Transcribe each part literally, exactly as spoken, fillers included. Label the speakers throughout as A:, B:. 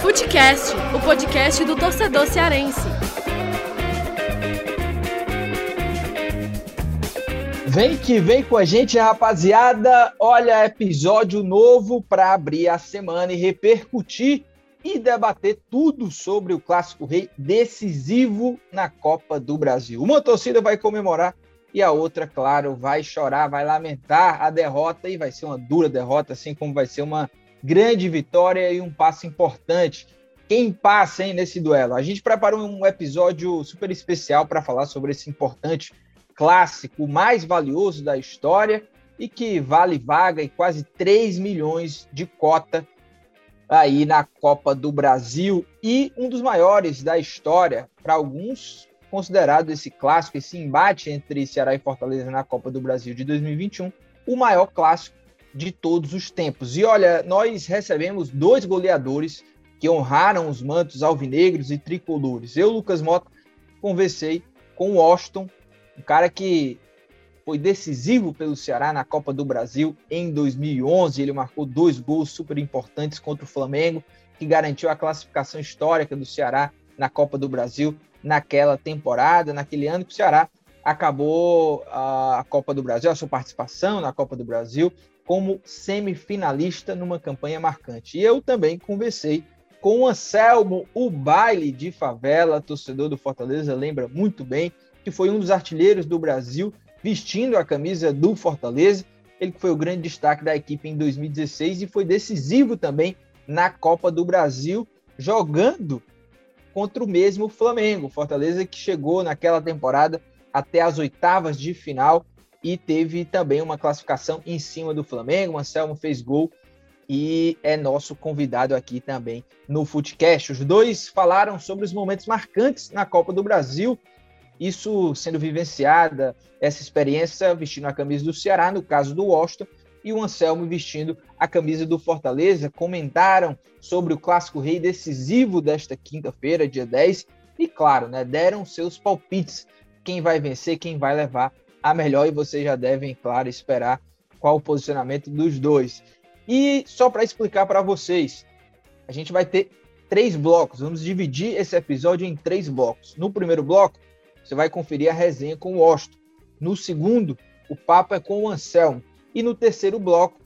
A: Futecast, o podcast do torcedor cearense.
B: Vem que vem com a gente, rapaziada. Olha, episódio novo para abrir a semana e repercutir e debater tudo sobre o Clássico Rei decisivo na Copa do Brasil. Uma torcida vai comemorar e a outra, claro, vai chorar, vai lamentar a derrota e vai ser uma dura derrota, assim como vai ser uma grande vitória e um passo importante. Quem passa, hein, nesse duelo? A gente preparou um episódio super especial para falar sobre esse importante clássico mais valioso da história e que vale vaga e quase três milhões de cota aí na Copa do Brasil e um dos maiores da história, para alguns considerado esse clássico, esse embate entre Ceará e Fortaleza na Copa do Brasil de dois mil e vinte e um, o maior clássico de todos os tempos. E olha, nós recebemos dois goleadores que honraram os mantos alvinegros e tricolores. Eu, Lucas Mota, conversei com o Washington, um cara que foi decisivo pelo Ceará na Copa do Brasil em dois mil e onze. Ele marcou dois gols super importantes contra o Flamengo, que garantiu a classificação histórica do Ceará na Copa do Brasil naquela temporada, naquele ano que o Ceará acabou a Copa do Brasil, a sua participação na Copa do Brasil, como semifinalista numa campanha marcante. E eu também conversei com o Anselmo, o baile de favela, torcedor do Fortaleza, lembra muito bem, que foi um dos artilheiros do Brasil, vestindo a camisa do Fortaleza. Ele que foi o grande destaque da equipe em dois mil e dezesseis e foi decisivo também na Copa do Brasil, jogando contra o mesmo Flamengo. Fortaleza que chegou naquela temporada até as oitavas de final e teve também uma classificação em cima do Flamengo. O Anselmo fez gol e é nosso convidado aqui também no Futecast. Os dois falaram sobre os momentos marcantes na Copa do Brasil, isso sendo vivenciada, essa experiência vestindo a camisa do Ceará, no caso do Washington, e o Anselmo vestindo a camisa do Fortaleza. Comentaram sobre o Clássico Rei decisivo desta quinta-feira, dia dez, e claro, né, deram seus palpites, quem vai vencer, quem vai levar a melhor, e vocês já devem, claro, esperar qual o posicionamento dos dois. E só para explicar para vocês, a gente vai ter três blocos, vamos dividir esse episódio em três blocos. No primeiro bloco, você vai conferir a resenha com o Washington. No segundo, o papo é com o Anselmo. E no terceiro bloco,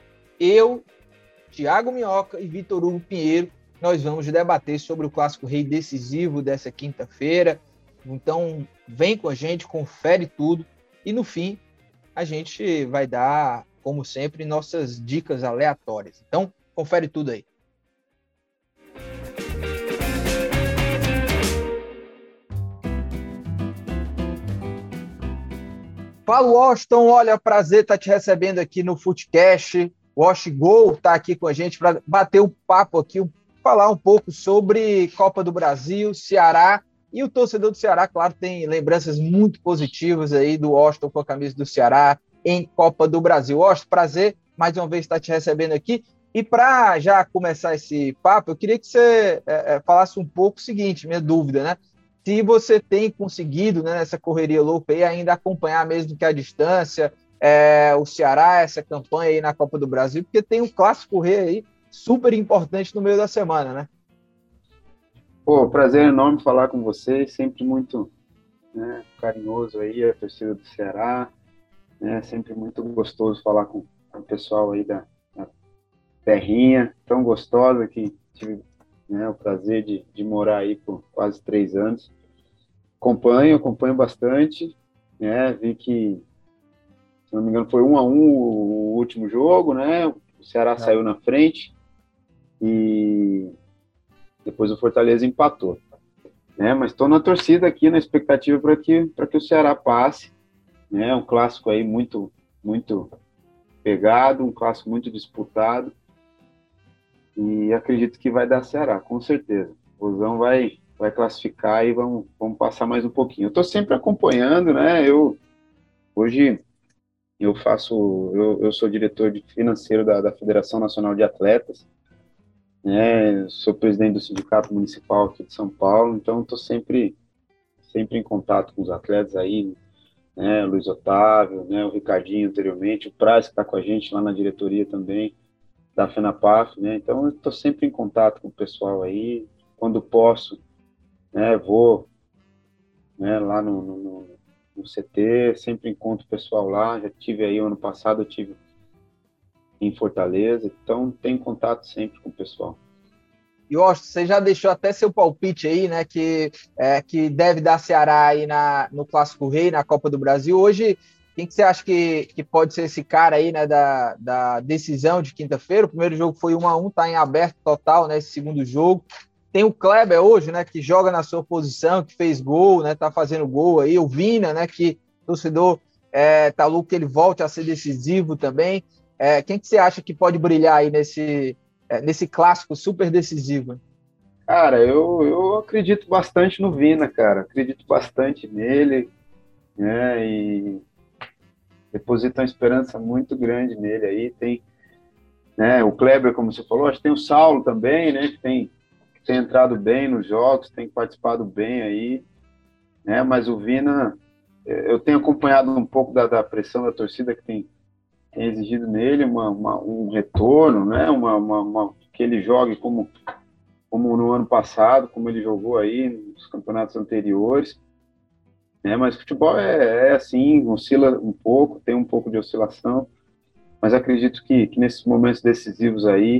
B: eu, Thiago Minhoca e Vitor Hugo Pinheiro, nós vamos debater sobre o Clássico Rei decisivo dessa quinta-feira. Então, vem com a gente, confere tudo. E no fim, a gente vai dar, como sempre, nossas dicas aleatórias. Então, confere tudo aí. Fala, Washington, olha, prazer estar te recebendo aqui no Futecast. Wash Gol está aqui com a gente para bater o papo aqui, falar um pouco sobre Copa do Brasil, Ceará, e o torcedor do Ceará, claro, tem lembranças muito positivas aí do Washington com a camisa do Ceará em Copa do Brasil. Washington, prazer mais uma vez estar te recebendo aqui. E para já começar esse papo, eu queria que você é, é, falasse um pouco o seguinte, minha dúvida, né? Se você tem conseguido, né, nessa correria louca aí, ainda acompanhar mesmo que a distância, é, o Ceará, essa campanha aí na Copa do Brasil, porque tem um Clássico Rei aí super importante no meio da semana, né?
C: Pô, prazer enorme falar com vocês, sempre muito, né, carinhoso aí, a torcida do Ceará, né, sempre muito gostoso falar com, com o pessoal aí da, da terrinha, tão gostosa que tive, né, o prazer de, de morar aí por quase três anos. Acompanho, acompanho bastante, né, vi que, se não me engano, foi um a um o último jogo, né, o Ceará é. saiu na frente e depois o Fortaleza empatou, né, mas estou na torcida aqui, na expectativa para que, para que o Ceará passe, né, um clássico aí muito, muito pegado, um clássico muito disputado, e acredito que vai dar Ceará, com certeza. O Vozão vai, vai classificar e vamos, vamos passar mais um pouquinho. Eu estou sempre acompanhando, né? Eu, hoje eu faço, eu, eu sou diretor de financeiro da, da Federação Nacional de Atletas, né? Sou presidente do Sindicato Municipal aqui de São Paulo, então estou sempre, sempre em contato com os atletas aí, né? Luiz Otávio, né? O Ricardinho anteriormente, o Praz que está com a gente lá na diretoria também. da FENAPAF, né? Então eu estou sempre em contato com o pessoal aí, quando posso, né? Vou, né, lá no, no, no C T, sempre encontro o pessoal lá, já tive aí ano passado, eu tive em Fortaleza, então tenho contato sempre com o pessoal.
B: E Washington, você já deixou até seu palpite aí, né? Que, é, que deve dar Ceará aí na, no Clássico Rei, na Copa do Brasil. Hoje, quem que você acha que, que pode ser esse cara aí, né? Da, da decisão de quinta-feira? O primeiro jogo foi um a um, tá em aberto total, né? Esse segundo jogo. Tem o Kleber hoje, né? Que joga na sua posição, que fez gol, né? Tá fazendo gol aí. O Vina, né? Que o torcedor é, tá louco que ele volte a ser decisivo também. É, quem que você acha que pode brilhar aí nesse nesse clássico super decisivo?
C: Cara, eu, eu acredito bastante no Vina, cara. Acredito bastante nele, né? E deposito uma esperança muito grande nele aí. Tem, né, o Kleber, como você falou, acho que tem o Saulo também, né? Que tem, que tem entrado bem nos jogos, tem participado bem aí, né? Mas o Vina, eu tenho acompanhado um pouco da, da pressão da torcida que tem tem exigido nele uma, uma, um retorno, né? Uma, uma, uma, que ele jogue como, como no ano passado, como ele jogou aí nos campeonatos anteriores. Né? Mas futebol é, é assim, oscila um pouco, tem um pouco de oscilação, mas acredito que, que nesses momentos decisivos aí,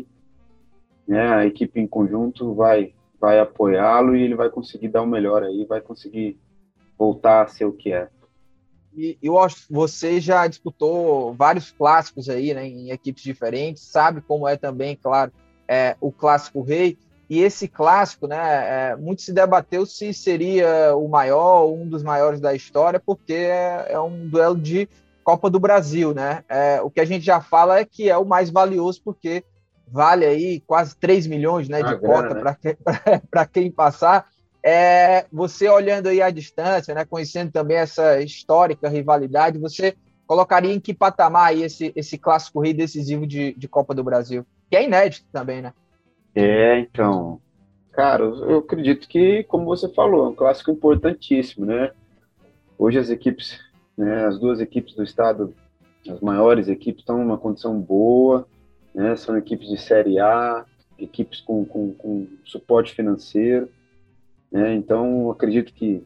C: né, a equipe em conjunto vai, vai apoiá-lo e ele vai conseguir dar o melhor aí, vai conseguir voltar a ser o que é.
B: E eu acho que você já disputou vários clássicos aí, né, em equipes diferentes, sabe como é também, claro, é, o Clássico Rei. E esse clássico, né, é, muito se debateu se seria o maior, um dos maiores da história, porque é, é um duelo de Copa do Brasil, né? É, o que a gente já fala é que é o mais valioso, porque vale aí quase três milhões, né, de
C: Ah,
B: cota,
C: né?
B: para quem, quem passar. É, você olhando aí à distância, né, conhecendo também essa histórica rivalidade, você colocaria em que patamar aí esse, esse Clássico Rei decisivo de, de Copa do Brasil? Que é inédito também, né?
C: É, então, cara, eu acredito que, como você falou, é um clássico importantíssimo, né? Hoje as equipes, né, as duas equipes do estado, as maiores equipes, estão numa condição boa, né? São equipes de Série A, equipes com, com, com suporte financeiro, né? Então, acredito que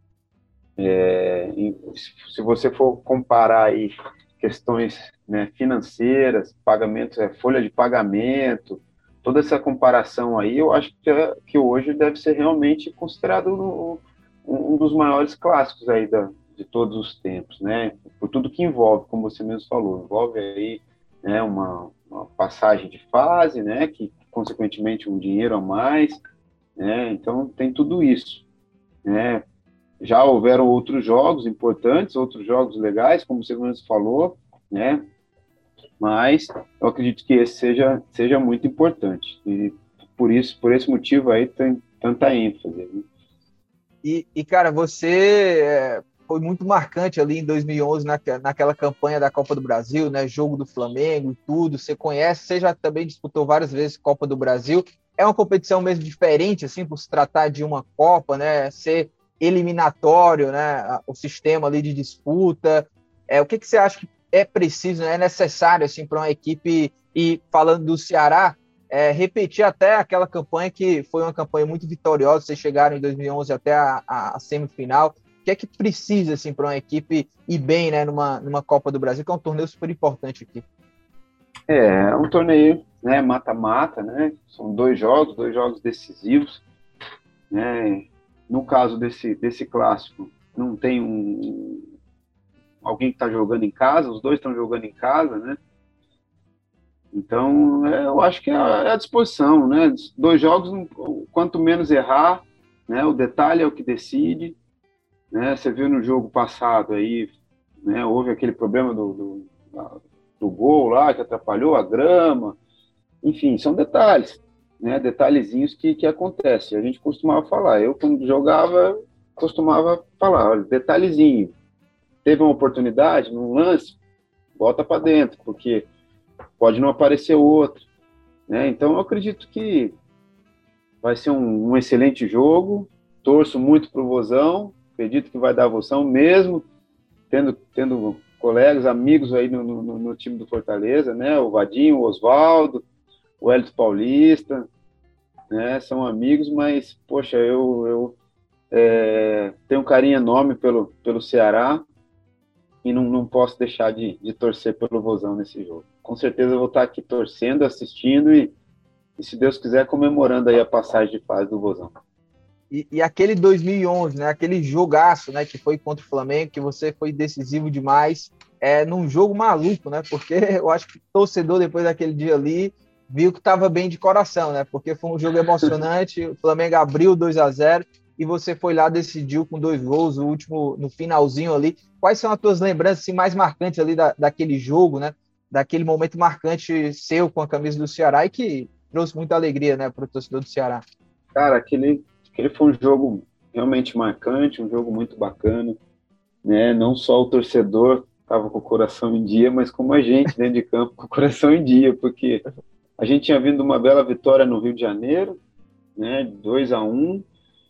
C: é, se você for comparar aí questões, né, financeiras, pagamentos, é, folha de pagamento, toda essa comparação aí, eu acho que, é, que hoje deve ser realmente considerado um, um dos maiores clássicos aí da, de todos os tempos, né? Por tudo que envolve, como você mesmo falou, envolve aí, né, uma, uma passagem de fase, né, que consequentemente um dinheiro a mais, né? Então tem tudo isso, né? Já houveram outros jogos importantes, outros jogos legais, como você mesmo falou, né? Mas eu acredito que esse seja, seja muito importante. E por isso, por esse motivo aí, tem tanta ênfase. Né?
B: E, e, cara, você é, foi muito marcante ali em dois mil e onze, na, naquela campanha da Copa do Brasil, né? Jogo do Flamengo e tudo. Você conhece, você já também disputou várias vezes Copa do Brasil. É uma competição mesmo diferente, assim, por se tratar de uma Copa, né? Ser eliminatório, né? O sistema ali de disputa. É, o que, que você acha que é preciso, né? É necessário, assim, para uma equipe, e falando do Ceará, é, repetir até aquela campanha que foi uma campanha muito vitoriosa, vocês chegaram em dois mil e onze até a, a, a semifinal. O que é que precisa, assim, para uma equipe ir bem, né, numa, numa Copa do Brasil, que é um torneio super importante aqui?
C: É, é um torneio, né, mata-mata, né? São dois jogos, dois jogos decisivos, né? No caso desse, desse clássico, não tem um, alguém que está jogando em casa, os dois estão jogando em casa, né? Então, é, eu acho que é a, é a disposição, né? Dois jogos, quanto menos errar, né? O detalhe é o que decide, né? Você viu no jogo passado aí, né? Houve aquele problema do, do, do gol lá, que atrapalhou a grama, enfim, são detalhes, né? Detalhezinhos que, que acontecem. A gente costumava falar, eu quando jogava, costumava falar, olha, detalhezinho, teve uma oportunidade num lance, bota para dentro, porque pode não aparecer outro, né? Então eu acredito que vai ser um, um excelente jogo, torço muito pro Vozão, acredito que vai dar Vozão, mesmo tendo, tendo colegas, amigos aí no, no, no time do Fortaleza, né? O Vadinho, o Oswaldo, o Hélio Paulista, né? São amigos, mas, poxa, eu, eu é, tenho um carinho enorme pelo, pelo Ceará e não, não posso deixar de, de torcer pelo Vozão nesse jogo. Com certeza eu vou estar aqui torcendo, assistindo e, e, se Deus quiser, comemorando aí a passagem de fase do Vozão.
B: E, e aquele dois mil e onze, né? Aquele jogaço, né? Que foi contra o Flamengo, que você foi decisivo demais, é, num jogo maluco, né? Porque eu acho que o torcedor, depois daquele dia ali, viu que estava bem de coração, né? Porque foi um jogo emocionante, o Flamengo abriu dois a zero e você foi lá, decidiu com dois gols, o último no finalzinho ali. Quais são as tuas lembranças assim, mais marcantes ali da, daquele jogo, né? Daquele momento marcante seu com a camisa do Ceará e que trouxe muita alegria, né, para o torcedor do Ceará?
C: Cara, aquele, aquele foi um jogo realmente marcante, um jogo muito bacana, né? Não só o torcedor estava com o coração em dia, mas como a gente dentro de campo com o coração em dia, porque a gente tinha vindo uma bela vitória no Rio de Janeiro, né, dois a um,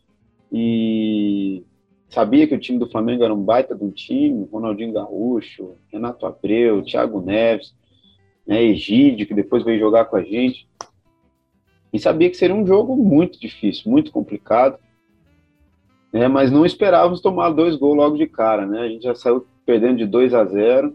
C: e sabia que o time do Flamengo era um baita de um time, Ronaldinho Gaúcho, Renato Abreu, Thiago Neves, né, Egídio, que depois veio jogar com a gente, e sabia que seria um jogo muito difícil, muito complicado, né, mas não esperávamos tomar dois gols logo de cara, né, a gente já saiu perdendo de dois a zero,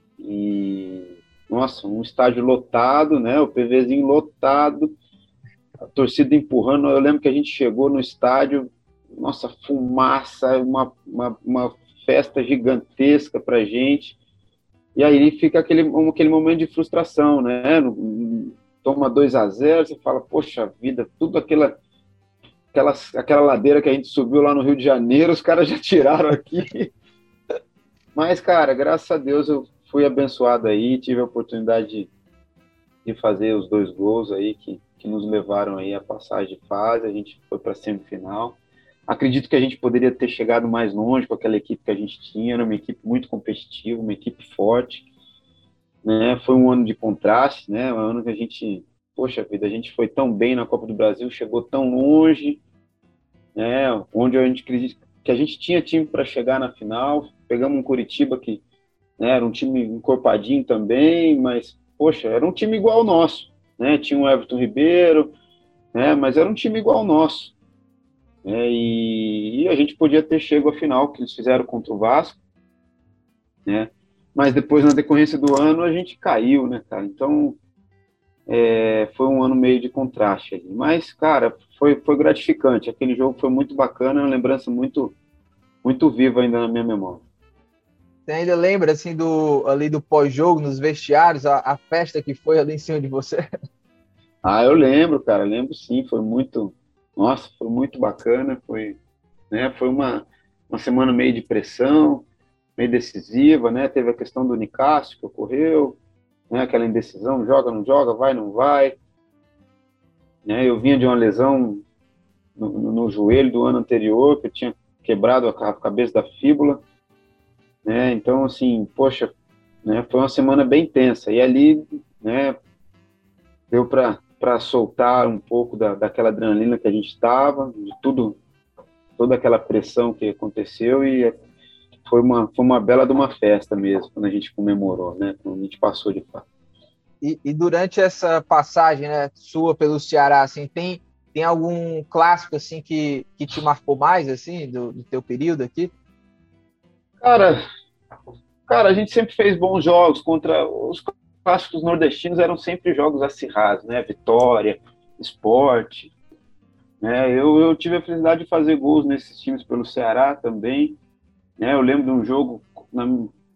C: e nossa, um estádio lotado, né? O PVzinho lotado, a torcida empurrando. Eu lembro que a gente chegou no estádio, nossa, fumaça, uma, uma, uma festa gigantesca pra gente. E aí fica aquele, aquele momento de frustração, né? Toma dois a zero, você fala, poxa vida, tudo aquela, aquela, aquela ladeira que a gente subiu lá no Rio de Janeiro, os caras já tiraram aqui. Mas, cara, graças a Deus eu fui abençoado aí, tive a oportunidade de, de fazer os dois gols aí que, que nos levaram aí à passagem de fase, a gente foi para a semifinal. Acredito que a gente poderia ter chegado mais longe com aquela equipe que a gente tinha, era uma equipe muito competitiva, uma equipe forte, né? Foi um ano de contraste, né? Um ano que a gente, poxa vida, a gente foi tão bem na Copa do Brasil, chegou tão longe, né? Onde a gente acredita que a gente tinha time para chegar na final, pegamos um Curitiba que, né, era um time encorpadinho também, mas, poxa, era um time igual ao nosso, né? Tinha o Everton Ribeiro, né? Mas era um time igual ao nosso, né? E, e a gente podia ter chego à final, que eles fizeram contra o Vasco, né? Mas depois, na decorrência do ano, a gente caiu, né, cara? Então, é, foi um ano meio de contraste ali. Mas, cara, foi, foi gratificante. Aquele jogo foi muito bacana, uma lembrança muito, muito viva ainda na minha memória.
B: Você ainda lembra, assim, do, ali do pós-jogo, nos vestiários, a, a festa que foi ali em cima de você?
C: Ah, eu lembro, cara, lembro sim, foi muito, nossa, foi muito bacana, foi, né, foi uma, uma semana meio de pressão, meio decisiva, né, teve a questão do Nicásio que ocorreu, né, aquela indecisão, joga, não joga, vai, não vai, né, eu vinha de uma lesão no, no, no joelho do ano anterior, que eu tinha quebrado a, a cabeça da fíbula, né, então, assim, poxa, né, foi uma semana bem tensa, e ali, né, deu para para soltar um pouco da, daquela adrenalina que a gente estava, de tudo, toda aquela pressão que aconteceu, e foi uma, foi uma bela de uma festa mesmo, quando a gente comemorou, né, quando a gente passou de fato.
B: E, e durante essa passagem, né, sua pelo Ceará, assim, tem, tem algum clássico, assim, que, que te marcou mais, assim, do, do teu período aqui?
C: Cara, cara, a gente sempre fez bons jogos contra os clássicos nordestinos, eram sempre jogos acirrados, né? Vitória, Sport, né? Eu, eu tive a felicidade de fazer gols nesses times pelo Ceará também, né? Eu lembro de um jogo, na,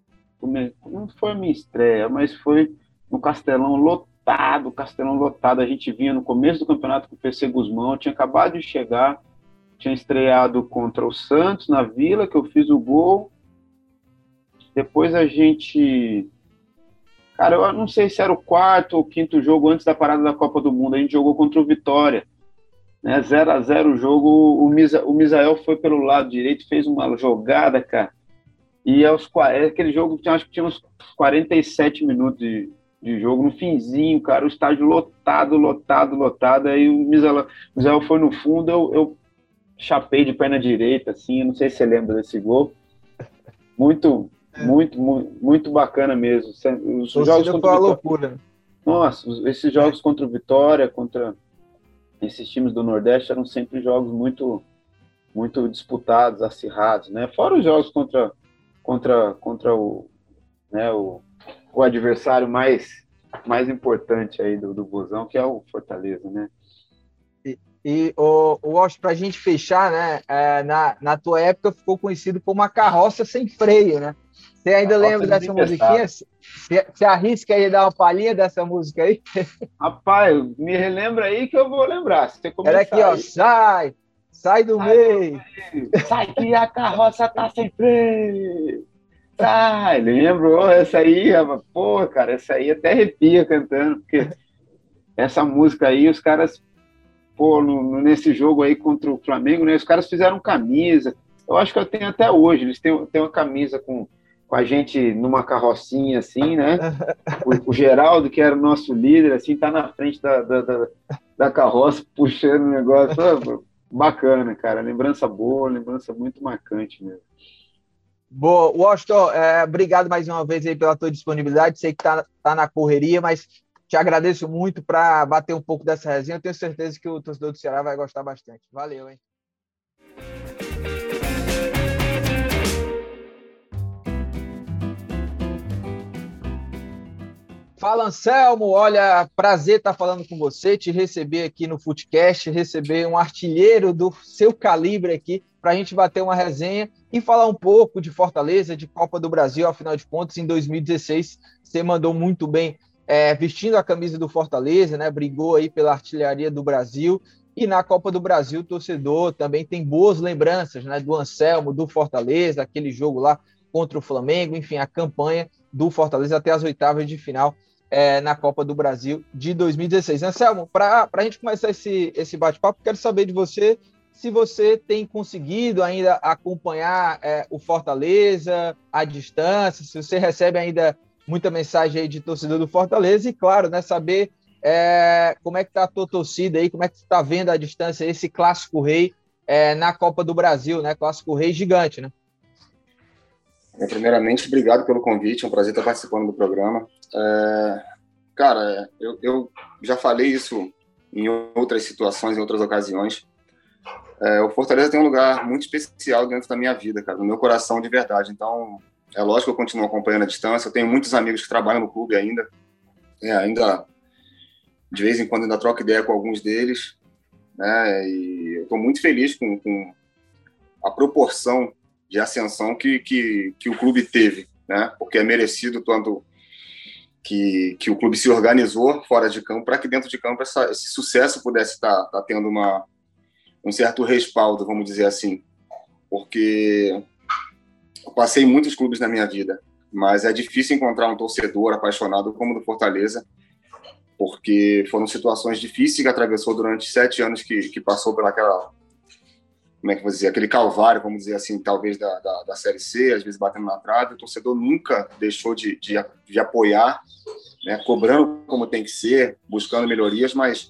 C: não foi a minha estreia, mas foi no Castelão lotado, Castelão lotado, a gente vinha no começo do campeonato com o P C Guzmão, eu tinha acabado de chegar, tinha estreado contra o Santos na Vila, que eu fiz o gol, depois a gente... Cara, eu não sei se era o quarto ou quinto jogo antes da parada da Copa do Mundo. A gente jogou contra o Vitória, né? zero a zero o jogo. O, Misa, o Misael foi pelo lado direito, fez uma jogada, cara. E aos, aquele jogo, acho que tinha uns quarenta e sete minutos de, de jogo. No finzinho, cara, o estádio lotado, lotado, lotado. Aí o Misael, o Misael foi no fundo, eu, eu chapei de perna direita, assim. Eu não sei se você lembra desse gol. Muito... Muito, muito, muito bacana mesmo. Os
B: jogos foi uma loucura.
C: Nossa, esses jogos contra o Vitória, contra esses times do Nordeste eram sempre jogos muito, muito disputados, acirrados, né? Fora os jogos contra, contra, contra o, né, o, o adversário mais, mais importante aí do, do Busão, que é o Fortaleza, né?
B: E, e o, o Washington, para a gente fechar, né? É, na, na tua época ficou conhecido como a carroça sem freio, né? Você ainda
C: Carroça
B: lembra
C: de
B: dessa
C: tempestade.
B: musiquinha? Você, você arrisca aí dar uma palhinha dessa música aí?
C: Rapaz, me relembra aí que eu vou lembrar. Se você
B: Era aqui,
C: começar
B: ó,
C: aí,
B: sai, sai do
C: sai,
B: meio.
C: sai que a carroça tá sem freio. Sai, lembrou? Essa aí, rapaz. Pô, cara, essa aí até arrepia cantando, porque essa música aí, os caras, pô, no, nesse jogo aí contra o Flamengo, né? Os caras fizeram camisa. Eu acho que eu tenho até hoje. Eles têm, têm uma camisa com, com a gente numa carrocinha, assim, né? O, o Geraldo, que era o nosso líder, assim, tá na frente da, da, da, da carroça, puxando o negócio. Pô, bacana, cara. Lembrança boa, lembrança muito marcante mesmo.
B: Boa, Washington, é, obrigado mais uma vez aí pela tua disponibilidade. Sei que tá, tá na correria, mas te agradeço muito para bater um pouco dessa resenha. Eu tenho certeza que o torcedor do Ceará vai gostar bastante. Valeu, hein? Fala, Anselmo. Olha, prazer estar falando com você, te receber aqui no Footcast, receber um artilheiro do seu calibre aqui para a gente bater uma resenha e falar um pouco de Fortaleza, de Copa do Brasil. Afinal de contas, em dois mil e dezesseis, você mandou muito bem é, vestindo a camisa do Fortaleza, né? Brigou aí pela artilharia do Brasil. E na Copa do Brasil, o torcedor também tem boas lembranças, né? Do Anselmo, do Fortaleza, aquele jogo lá contra o Flamengo, enfim, a campanha do Fortaleza até as oitavas de final. É, na Copa do Brasil de dois mil e dezesseis. Anselmo, para a gente começar esse, esse bate-papo, quero saber de você se você tem conseguido ainda acompanhar é, o Fortaleza à distância, se você recebe ainda muita mensagem aí de torcedor do Fortaleza e, claro, né, saber é, como é que está a tua torcida aí, como é que você está vendo à distância esse Clássico Rei é, na Copa do Brasil, né? Clássico Rei gigante, né?
D: Primeiramente, obrigado pelo convite, é um prazer estar participando do programa. É, cara, eu, eu já falei isso em outras situações, em outras ocasiões. É, o Fortaleza tem um lugar muito especial dentro da minha vida, cara, no meu coração de verdade. Então, é lógico que eu continuo acompanhando a distância. Eu tenho muitos amigos que trabalham no clube ainda. É, ainda, de vez em quando, ainda troco ideia com alguns deles. Né, e eu estou muito feliz com, com a proporção de ascensão que, que, que o clube teve, né? Porque é merecido tanto que, que o clube se organizou fora de campo para que dentro de campo essa, esse sucesso pudesse estar, estar tendo uma, um certo respaldo, vamos dizer assim. Porque eu passei em muitos clubes na minha vida, mas é difícil encontrar um torcedor apaixonado como o do Fortaleza, porque foram situações difíceis que atravessou durante sete anos que, que passou pelaquela... como é que eu vou dizer, aquele calvário, vamos dizer assim, talvez da, da, da Série C, às vezes batendo na trave. O torcedor nunca deixou de, de, de apoiar, né, cobrando como tem que ser, buscando melhorias, mas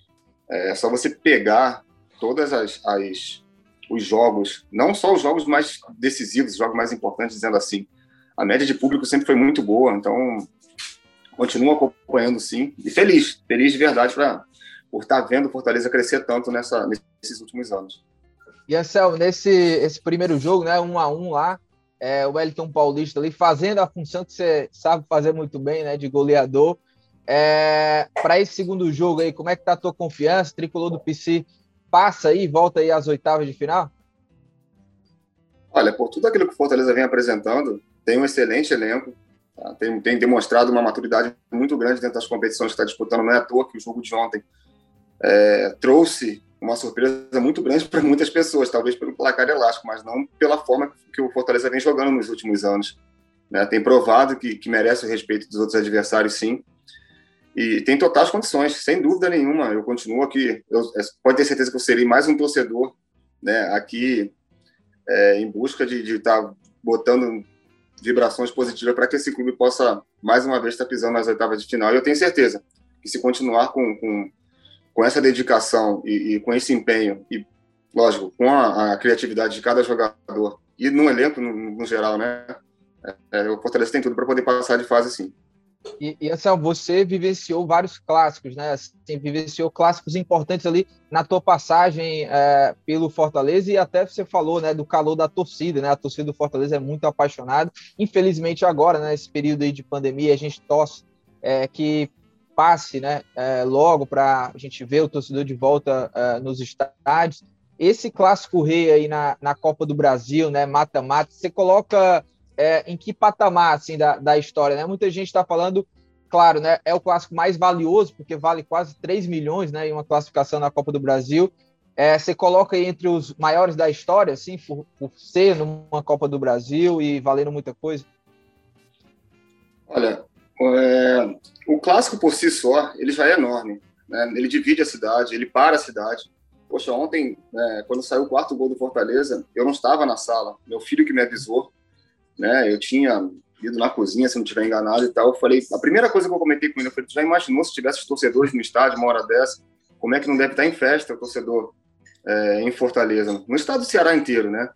D: é só você pegar todas as, as os jogos, não só os jogos mais decisivos, os jogos mais importantes, dizendo assim, a média de público sempre foi muito boa, então continuo acompanhando sim, e feliz, feliz de verdade pra, por estar vendo o Fortaleza crescer tanto nessa, nesses últimos anos.
B: E, Anselmo, nesse esse primeiro jogo, né, um a um lá, é, o Wellington Paulista ali fazendo a função que você sabe fazer muito bem, né, de goleador. É, para esse segundo jogo aí, como é que tá a tua confiança? O tricolor do P C passa aí, volta aí às oitavas de final?
D: Olha, por tudo aquilo que o Fortaleza vem apresentando, tem um excelente elenco, tá? tem, tem demonstrado uma maturidade muito grande dentro das competições que está disputando. Não é à toa que o jogo de ontem é, trouxe uma surpresa muito grande para muitas pessoas, talvez pelo placar elástico, mas não pela forma que o Fortaleza vem jogando nos últimos anos. Né? Tem provado que, que merece o respeito dos outros adversários, sim, e tem totais condições, sem dúvida nenhuma. Eu continuo aqui, eu, pode ter certeza que eu serei mais um torcedor, né, aqui é, em busca de estar tá botando vibrações positivas para que esse clube possa, mais uma vez, estar tá pisando nas oitavas de final. E eu tenho certeza que se continuar com... com com essa dedicação e, e com esse empenho, e, lógico, com a, a criatividade de cada jogador, e no elenco, no, no geral, né, é, o Fortaleza tem tudo para poder passar de fase, sim.
B: E, e assim, você vivenciou vários clássicos, né? Assim, vivenciou clássicos importantes ali na tua passagem é, pelo Fortaleza, e até você falou, né, do calor da torcida, né? A torcida do Fortaleza é muito apaixonada. Infelizmente agora, né, nesse período aí de pandemia, a gente torce é, que passe, né, é, logo para a gente ver o torcedor de volta é, nos estádios. Esse clássico rei aí na, na Copa do Brasil, né, mata-mata, você coloca é, em que patamar assim, da, da história, né? Muita gente está falando, claro, né, é o clássico mais valioso, porque vale quase três milhões, né, em uma classificação na Copa do Brasil. É, você coloca aí entre os maiores da história, assim, por, por ser numa Copa do Brasil e valendo muita coisa?
D: Olha, é, o clássico por si só, ele já é enorme, né? Ele divide a cidade, ele para a cidade. Poxa, ontem, né, quando saiu o quarto gol do Fortaleza, eu não estava na sala, meu filho que me avisou, né? Eu tinha ido na cozinha, se não estiver enganado e tal. Eu falei, a primeira coisa que eu comentei com ele, eu falei, tu já imaginou se tivesse os torcedores no estádio uma hora dessa? Como é que não deve estar em festa o torcedor é, em Fortaleza? No estado do Ceará inteiro, né?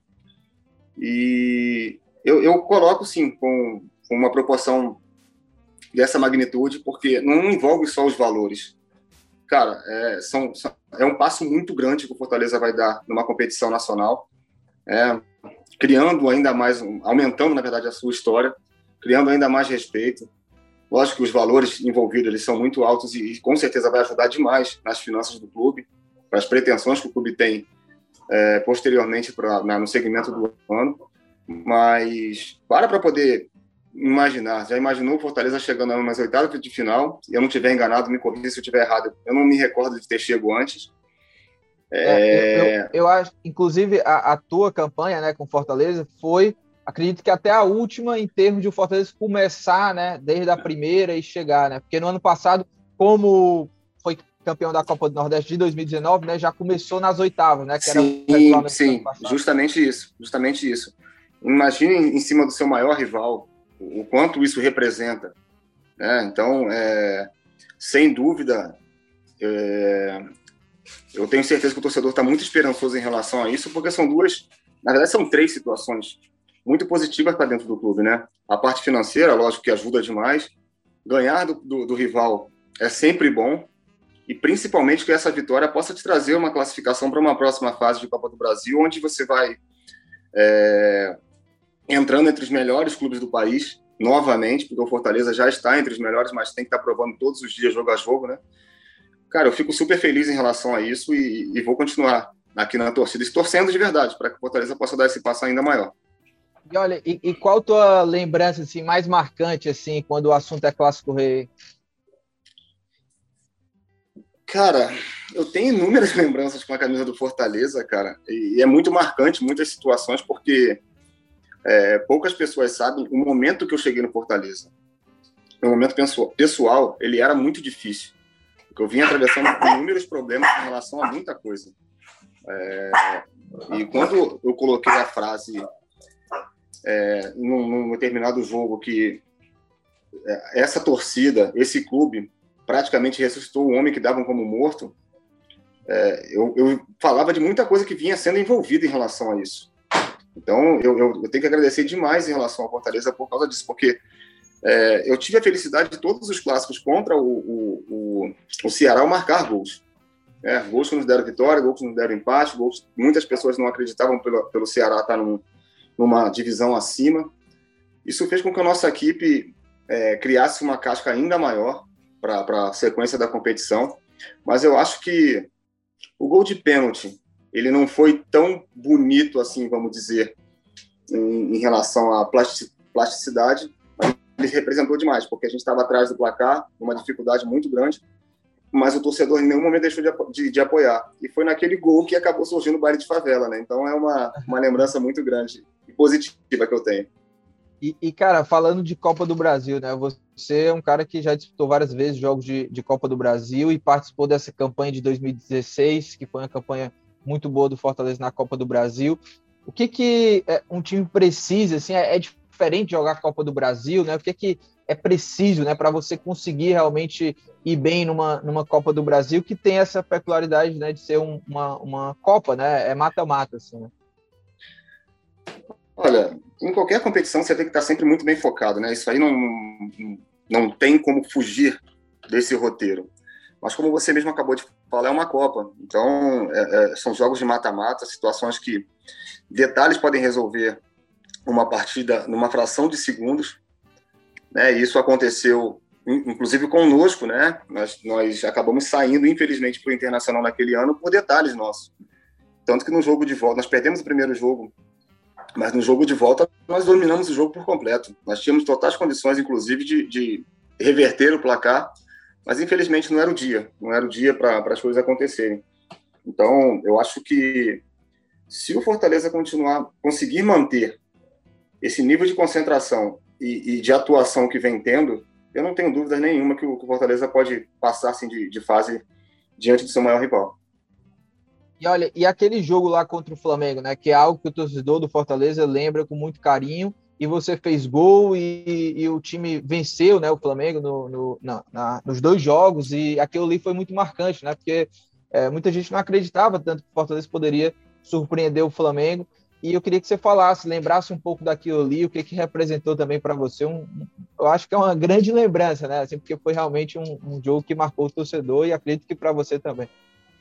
D: E eu, eu coloco, sim, com, com uma proporção dessa magnitude, porque não envolve só os valores. Cara, é, são, é um passo muito grande que o Fortaleza vai dar numa competição nacional, é, criando ainda mais, aumentando, na verdade, a sua história, criando ainda mais respeito. Lógico que os valores envolvidos eles são muito altos e, e com certeza vai ajudar demais nas finanças do clube, para as pretensões que o clube tem é, posteriormente pra, na, no segmento do ano. Mas para para poder imaginar, já imaginou o Fortaleza chegando nas oitavas de final, e eu não estiver enganado, me corrija se eu estiver errado, eu não me recordo de ter chego antes.
B: É, eu, eu, eu acho, inclusive, a, a tua campanha, né, com Fortaleza foi, acredito que até a última, em termos de o Fortaleza começar, né, desde a primeira e chegar, né, porque no ano passado, como foi campeão da Copa do Nordeste de dois mil e dezenove, né, já começou nas oitavas, né, que
D: sim,
B: era
D: sim, justamente isso, justamente isso. Imagine em cima do seu maior rival, o quanto isso representa, né? Então, é, sem dúvida, é, eu tenho certeza que o torcedor está muito esperançoso em relação a isso, porque são duas, na verdade são três situações muito positivas para dentro do clube, né? A parte financeira, lógico que ajuda demais, ganhar do, do, do rival é sempre bom, e principalmente que essa vitória possa te trazer uma classificação para uma próxima fase de Copa do Brasil, onde você vai é, entrando entre os melhores clubes do país, novamente, porque o Fortaleza já está entre os melhores, mas tem que estar provando todos os dias, jogo a jogo, né? Cara, eu fico super feliz em relação a isso e, e vou continuar aqui na torcida, e torcendo de verdade, para que o Fortaleza possa dar esse passo ainda maior.
B: E olha, e, e qual a tua lembrança assim, mais marcante, assim, quando o assunto é Clássico Rei?
D: Cara, eu tenho inúmeras lembranças com a camisa do Fortaleza, cara, e, e é muito marcante, muitas situações, porque é, poucas pessoas sabem o momento que eu cheguei no Fortaleza. O momento pessoal, ele era muito difícil, porque eu vinha atravessando inúmeros problemas em relação a muita coisa. É, e quando eu coloquei a frase é, num, num determinado jogo que é, essa torcida, esse clube, praticamente ressuscitou o homem que davam como morto, é, eu, eu falava de muita coisa que vinha sendo envolvida em relação a isso. Então, eu, eu, eu tenho que agradecer demais em relação ao Fortaleza por causa disso, porque é, eu tive a felicidade de todos os clássicos contra o, o, o, o Ceará marcar gols. É, gols que nos deram vitória, gols que nos deram empate, gols que muitas pessoas não acreditavam pelo, pelo Ceará estar num, numa divisão acima. Isso fez com que a nossa equipe é, criasse uma casca ainda maior para a sequência da competição, mas eu acho que o gol de pênalti, ele não foi tão bonito assim, vamos dizer, em, em relação à plasticidade, mas ele representou demais, porque a gente estava atrás do placar, uma dificuldade muito grande, mas o torcedor em nenhum momento deixou de, de, de apoiar, e foi naquele gol que acabou surgindo o baile de favela, né? Então é uma, uma lembrança muito grande e positiva que eu tenho.
B: E, e, cara, falando de Copa do Brasil, né? Você é um cara que já disputou várias vezes jogos de, de Copa do Brasil e participou dessa campanha de dois mil e dezesseis, que foi uma campanha muito boa do Fortaleza na Copa do Brasil. O que que um time precisa, assim, é, é diferente jogar a Copa do Brasil, né? O que que é preciso, né, para você conseguir realmente ir bem numa, numa Copa do Brasil, que tem essa peculiaridade, né, de ser um, uma, uma Copa, né? É mata-mata, assim, né?
D: Olha, em qualquer competição você tem que estar sempre muito bem focado, né? Isso aí não, não tem como fugir desse roteiro. Mas como você mesmo acabou de falar, é uma Copa. Então, é, é, são jogos de mata-mata, situações que detalhes podem resolver uma partida numa fração de segundos, né? E isso aconteceu, inclusive conosco, né? Nós, nós acabamos saindo, infelizmente, para o Internacional naquele ano por detalhes nossos. Tanto que no jogo de volta, nós perdemos o primeiro jogo, mas no jogo de volta nós dominamos o jogo por completo. Nós tínhamos totais condições, inclusive, de, de reverter o placar, mas infelizmente não era o dia, não era o dia para as coisas acontecerem. Então, eu acho que se o Fortaleza continuar, conseguir manter esse nível de concentração e, e de atuação que vem tendo, eu não tenho dúvida nenhuma que o, que o Fortaleza pode passar assim, de, de fase diante do seu maior rival.
B: E olha, e aquele jogo lá contra o Flamengo, né, que é algo que o torcedor do Fortaleza lembra com muito carinho, e você fez gol e, e o time venceu, né, o Flamengo no, no, na, na, nos dois jogos, e aquilo ali foi muito marcante, né, porque é, muita gente não acreditava tanto que o Fortaleza poderia surpreender o Flamengo, e eu queria que você falasse, lembrasse um pouco daquilo ali, o que que representou também para você, um, um, eu acho que é uma grande lembrança, né, assim, porque foi realmente um, um jogo que marcou o torcedor, e acredito que para você também.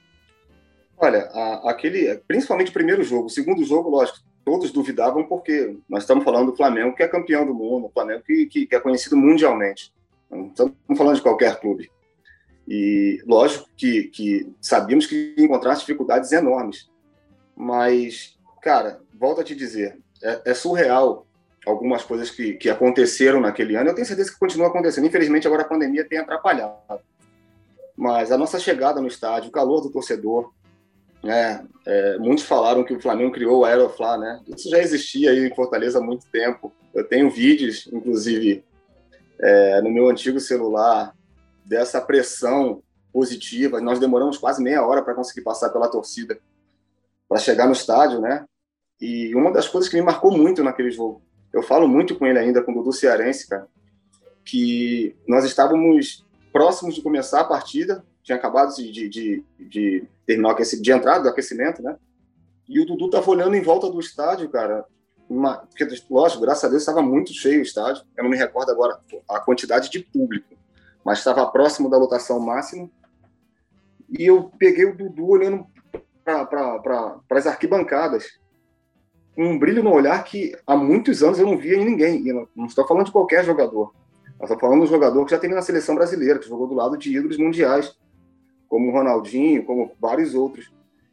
D: Olha, a, aquele, principalmente o primeiro jogo, o segundo jogo, lógico, todos duvidavam porque nós estamos falando do Flamengo, que é campeão do mundo, o Flamengo que, que, que é conhecido mundialmente. Não estamos falando de qualquer clube. E lógico que, que sabíamos que ia encontrar dificuldades enormes. Mas, cara, volto a te dizer, é, é surreal algumas coisas que, que aconteceram naquele ano. Eu tenho certeza que continua acontecendo. Infelizmente, agora a pandemia tem atrapalhado. Mas a nossa chegada no estádio, o calor do torcedor, É, é, muitos falaram que o Flamengo criou o Aeroflá, né? Isso já existia aí em Fortaleza há muito tempo. Eu tenho vídeos, inclusive, é, no meu antigo celular, dessa pressão positiva. Nós demoramos quase meia hora para conseguir passar pela torcida, para chegar no estádio, né? E uma das coisas que me marcou muito naquele jogo, eu falo muito com ele ainda, com o Dudu Cearense, cara, que nós estávamos próximos de começar a partida, tinha acabado de, de, de, de terminar o aquecimento, de entrada do aquecimento, né? E o Dudu estava olhando em volta do estádio, cara. Uma, porque, lógico, graças a Deus estava muito cheio o estádio. Eu não me recordo agora a quantidade de público, mas estava próximo da lotação máxima. E eu peguei o Dudu olhando para pra, as arquibancadas, com um brilho no olhar que há muitos anos eu não via em ninguém. E não, não estou falando de qualquer jogador. Nós estamos falando de um jogador que já tem na seleção brasileira, que jogou do lado de ídolos mundiais, como o Ronaldinho, como vários outros.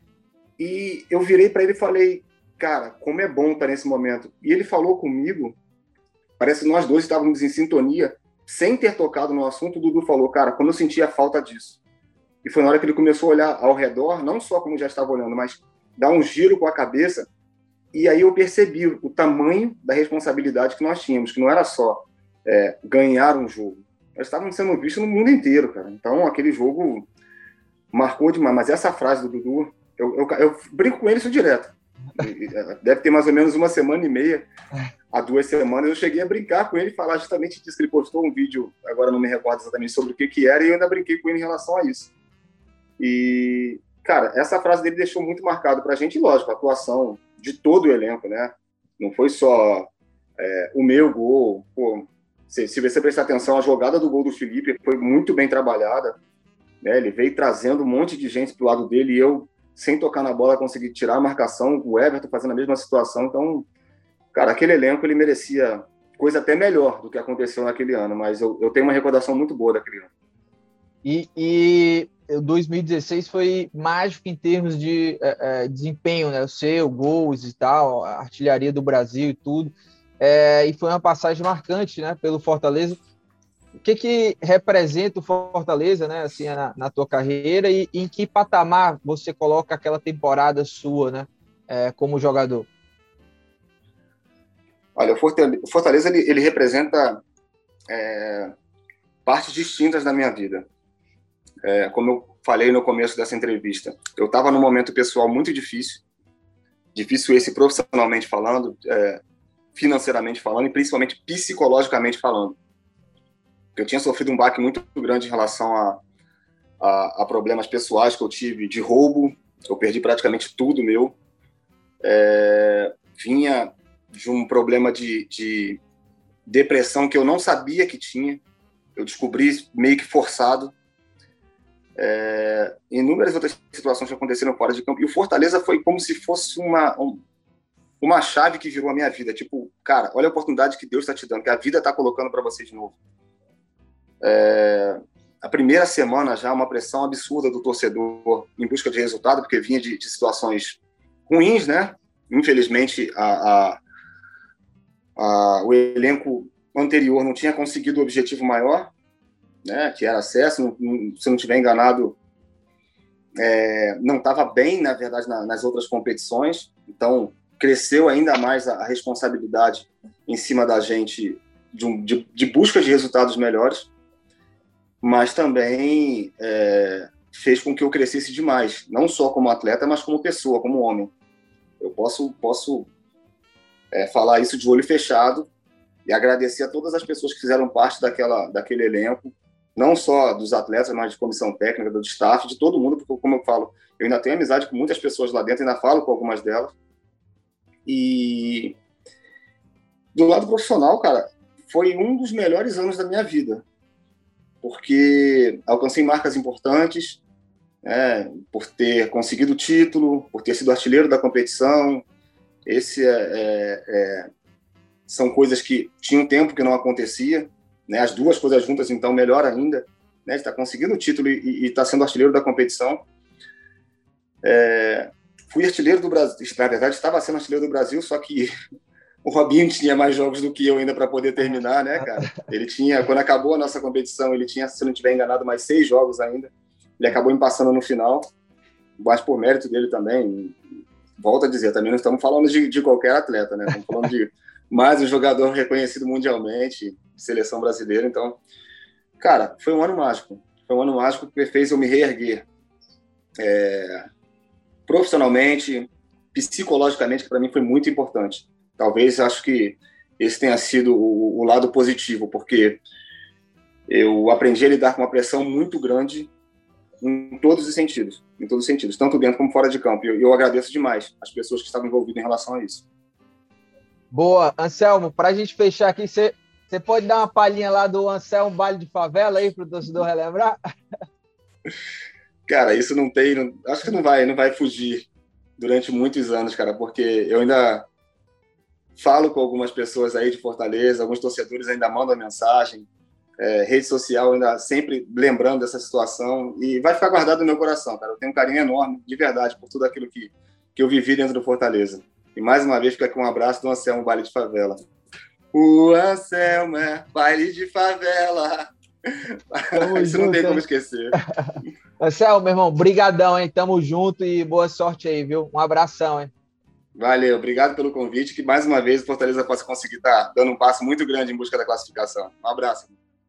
D: E eu virei para ele e falei, cara, como é bom estar nesse momento. E ele falou comigo, parece que nós dois estávamos em sintonia, sem ter tocado no assunto. O Dudu falou, cara, como eu sentia falta disso. E foi na hora que ele começou a olhar ao redor, não só como já estava olhando, mas dar um giro com a cabeça. E aí eu percebi o tamanho da responsabilidade que nós tínhamos, que não era só é, ganhar um jogo. Nós estávamos sendo vistos no mundo inteiro, cara. Então, aquele jogo marcou demais. Mas essa frase do Dudu, eu, eu, eu brinco com ele isso direto. Deve ter mais ou menos uma semana e meia, há duas semanas, eu cheguei a brincar com ele e falar justamente disso, que ele postou um vídeo, agora não me recordo exatamente sobre o que que era, e eu ainda brinquei com ele em relação a isso. E, cara, essa frase dele deixou muito marcado pra gente, e lógico, a atuação de todo o elenco, né? Não foi só é, o meu gol. Pô, se, se você prestar atenção, a jogada do gol do Felipe foi muito bem trabalhada, né? Ele veio trazendo um monte de gente pro lado dele, e eu, sem tocar na bola, consegui tirar a marcação, o Everton fazendo a mesma situação. Então, cara, aquele elenco, ele merecia coisa até melhor do que aconteceu naquele ano, mas eu, eu tenho uma recordação muito boa daquele ano.
B: E, e dois mil e dezesseis foi mágico em termos de é, é, desempenho, né? O seu, gols e tal, a artilharia do Brasil e tudo. É, e foi uma passagem marcante, né, pelo Fortaleza. O que que representa o Fortaleza, né, assim, na, na tua carreira, e, e em que patamar você coloca aquela temporada sua, né, é, como jogador?
D: Olha, o Fortaleza, ele, ele representa é, partes distintas da minha vida. É, como eu falei no começo dessa entrevista, eu estava num momento pessoal muito difícil, difícil esse profissionalmente falando, é, financeiramente falando e principalmente psicologicamente falando. Eu tinha sofrido um baque muito grande em relação a, a, a problemas pessoais que eu tive, de roubo. Eu perdi praticamente tudo meu. É, vinha de um problema de, de depressão que eu não sabia que tinha. eu descobri meio que forçado. É, inúmeras outras situações que aconteceram fora de campo. E o Fortaleza foi como se fosse uma, um, uma chave que virou a minha vida. Tipo, cara, olha a oportunidade que Deus está te dando, que a vida está colocando para você de novo. É, a primeira semana já uma pressão absurda do torcedor em busca de resultado, porque vinha de, de situações ruins, né? Infelizmente, a, a, a, o elenco anterior não tinha conseguido o objetivo maior, né? Que era acesso. Não, não, se não estiver enganado, é, não estava bem, na verdade, na, nas outras competições. Então, cresceu ainda mais a, a responsabilidade em cima da gente de, um, de, de busca de resultados melhores, mas também é, fez com que eu crescesse demais, não só como atleta, mas como pessoa, como homem. Eu posso, posso é, falar isso de olho fechado e agradecer a todas as pessoas que fizeram parte daquela, daquele elenco, não só dos atletas, mas de comissão técnica, do staff, de todo mundo, porque, como eu falo, eu ainda tenho amizade com muitas pessoas lá dentro, ainda falo com algumas delas. E do lado profissional, cara, foi um dos melhores anos da minha vida, porque alcancei marcas importantes, né, por ter conseguido o título, por ter sido artilheiro da competição. Esse é, é, é, são coisas que tinham tempo que não acontecia, né, as duas coisas juntas, então, melhor ainda, né, estar conseguindo o título e estar sendo artilheiro da competição. É, fui artilheiro do Brasil, na verdade, estava sendo artilheiro do Brasil, só que o Robinho tinha mais jogos do que eu ainda para poder terminar, né, cara? Ele tinha, quando acabou a nossa competição, ele tinha, se não estiver enganado, mais seis jogos ainda. Ele acabou empassando no final, mas por mérito dele também. Volto a dizer, também não estamos falando de, de qualquer atleta, né? Estamos falando de mais um jogador reconhecido mundialmente, seleção brasileira. Então, cara, foi um ano mágico. Foi um ano mágico que fez eu me reerguer é, profissionalmente, psicologicamente, que para mim foi muito importante. Talvez, acho que esse tenha sido o, o lado positivo, porque eu aprendi a lidar com uma pressão muito grande em todos os sentidos, em todos os sentidos, tanto dentro como fora de campo. E eu, eu agradeço demais as pessoas que estavam envolvidas em relação a isso.
B: Boa. Anselmo, para a gente fechar aqui, você pode dar uma palhinha lá do Anselmo Baile de Favela aí para o torcedor relembrar?
D: Cara, isso não tem... Não, acho que não vai, não vai fugir durante muitos anos, cara, porque eu ainda falo com algumas pessoas aí de Fortaleza, alguns torcedores ainda mandam mensagem, é, rede social ainda sempre lembrando dessa situação, e vai ficar guardado no meu coração, cara. Eu tenho um carinho enorme, de verdade, por tudo aquilo que, que eu vivi dentro do Fortaleza. E mais uma vez fica aqui um abraço do Anselmo Baile de Favela. O Anselmo é baile de favela.
B: Tamo
D: Isso
B: junto,
D: não tem
B: hein?
D: como esquecer.
B: Anselmo, meu irmão, brigadão, hein? Tamo junto e boa sorte aí, viu? Um abração, hein?
D: Valeu, obrigado pelo convite, que mais uma vez o Fortaleza possa conseguir estar dando um passo muito grande em busca da classificação. Um abraço.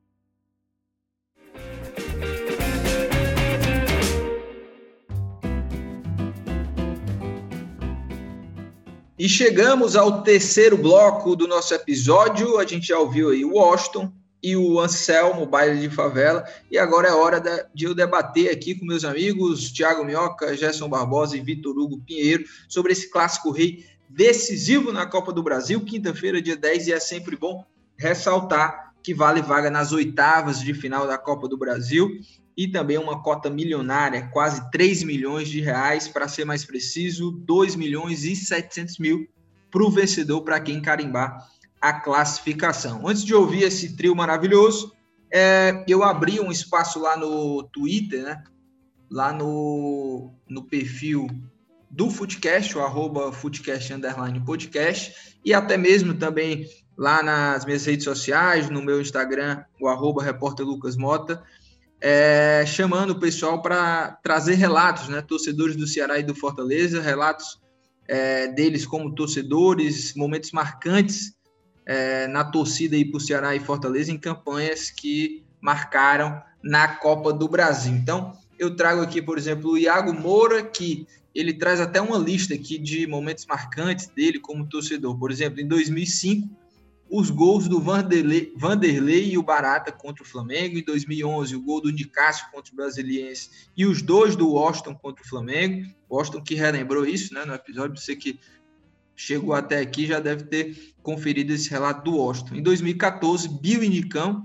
B: E chegamos ao terceiro bloco do nosso episódio. A gente já ouviu aí o Washington e o Anselmo, Baile de Favela, e agora é hora de eu debater aqui com meus amigos Thiago Minhoca, Gerson Barbosa e Vitor Hugo Pinheiro sobre esse clássico rei decisivo na Copa do Brasil, quinta-feira, dia dez, e é sempre bom ressaltar que vale vaga nas oitavas de final da Copa do Brasil e também uma cota milionária, quase três milhões de reais, para ser mais preciso, dois milhões e setecentos mil para o vencedor, para quem carimbar a classificação. Antes de ouvir esse trio maravilhoso, é, eu abri um espaço lá no Twitter, né? Lá no, no perfil do Footcast, o arroba Footcast underline podcast, e até mesmo também lá nas minhas redes sociais, no meu Instagram, o arroba repórter Lucas Mota, é, chamando o pessoal para trazer relatos, né? Torcedores do Ceará e do Fortaleza, relatos é, deles como torcedores, momentos marcantes É, na torcida aí para o Ceará e Fortaleza em campanhas que marcaram na Copa do Brasil. Então, eu trago aqui, por exemplo, o Iago Moura, que ele traz até uma lista aqui de momentos marcantes dele como torcedor. Por exemplo, em dois mil e cinco, os gols do Vanderlei, Vanderlei e o Barata contra o Flamengo. Em dois mil e onze, o gol do Nicásio contra o Brasiliense e os dois do Washington contra o Flamengo. Washington que relembrou isso, né, no episódio, você que chegou até aqui já deve ter conferido esse relato do Washington. Em dois mil e quatorze, Bill e Nicão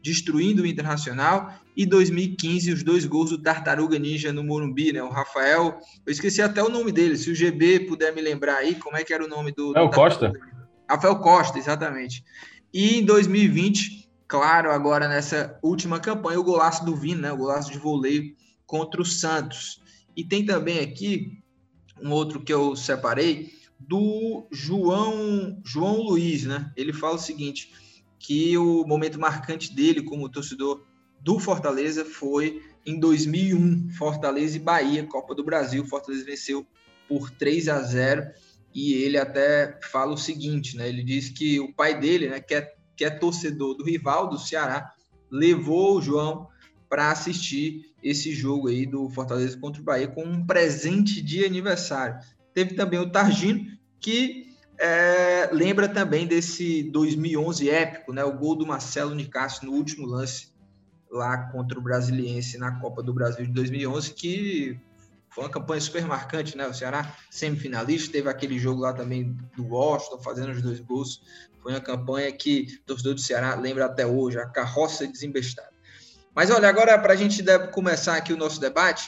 B: destruindo o Internacional, e dois mil e quinze, os dois gols do Tartaruga Ninja no Morumbi, né? O Rafael, eu esqueci até o nome dele, se o G B puder me lembrar aí, como é que era o nome do...
E: É o Costa.
B: Rafael Costa, exatamente. E em dois mil e vinte, claro, agora nessa última campanha, o golaço do Vina, né? O golaço de voleio contra o Santos. E tem também aqui um outro que eu separei, do João, João Luiz, né? Ele fala o seguinte, que o momento marcante dele como torcedor do Fortaleza foi em dois mil e um, Fortaleza e Bahia, Copa do Brasil. Fortaleza venceu por três a zero, e ele até fala o seguinte, né? Ele diz que o pai dele, né, que é, que é torcedor do rival, do Ceará, levou o João para assistir esse jogo aí do Fortaleza contra o Bahia com um presente de aniversário. Teve também o Targino, que é, lembra também desse dois mil e onze épico, né? O gol do Marcelo Nicásio no último lance lá contra o Brasiliense na Copa do Brasil de dois mil e onze, que foi uma campanha super marcante, né? O Ceará semifinalista, teve aquele jogo lá também do Washington fazendo os dois gols. Foi uma campanha que o torcedor do Ceará lembra até hoje, a carroça desembestada. Mas olha, agora para a gente começar aqui o nosso debate,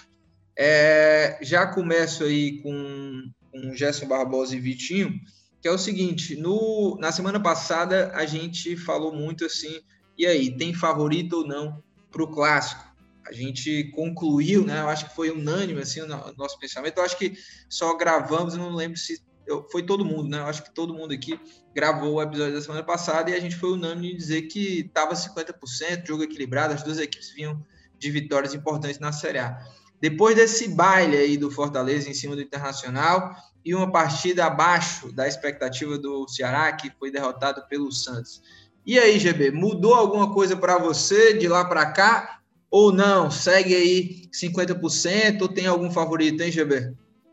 B: é, já começo aí com, com Gerson Barbosa e Vitinho, que é o seguinte, no, na semana passada a gente falou muito assim, e aí, tem favorito ou não para o Clássico? A gente concluiu, né? Eu acho que foi unânime assim, o nosso pensamento. Eu acho que só gravamos, não lembro se eu, foi todo mundo, né? Eu acho que todo mundo aqui gravou o episódio da semana passada e a gente foi unânime em dizer que estava cinquenta por cento, jogo equilibrado, as duas equipes vinham de vitórias importantes na Série A. Depois desse baile aí do Fortaleza em cima do Internacional e uma partida abaixo da expectativa do Ceará, que foi derrotado pelo Santos. E aí, G B, mudou alguma coisa para você de lá para cá? Ou não? Segue aí cinquenta por cento ou tem algum favorito, hein, G B?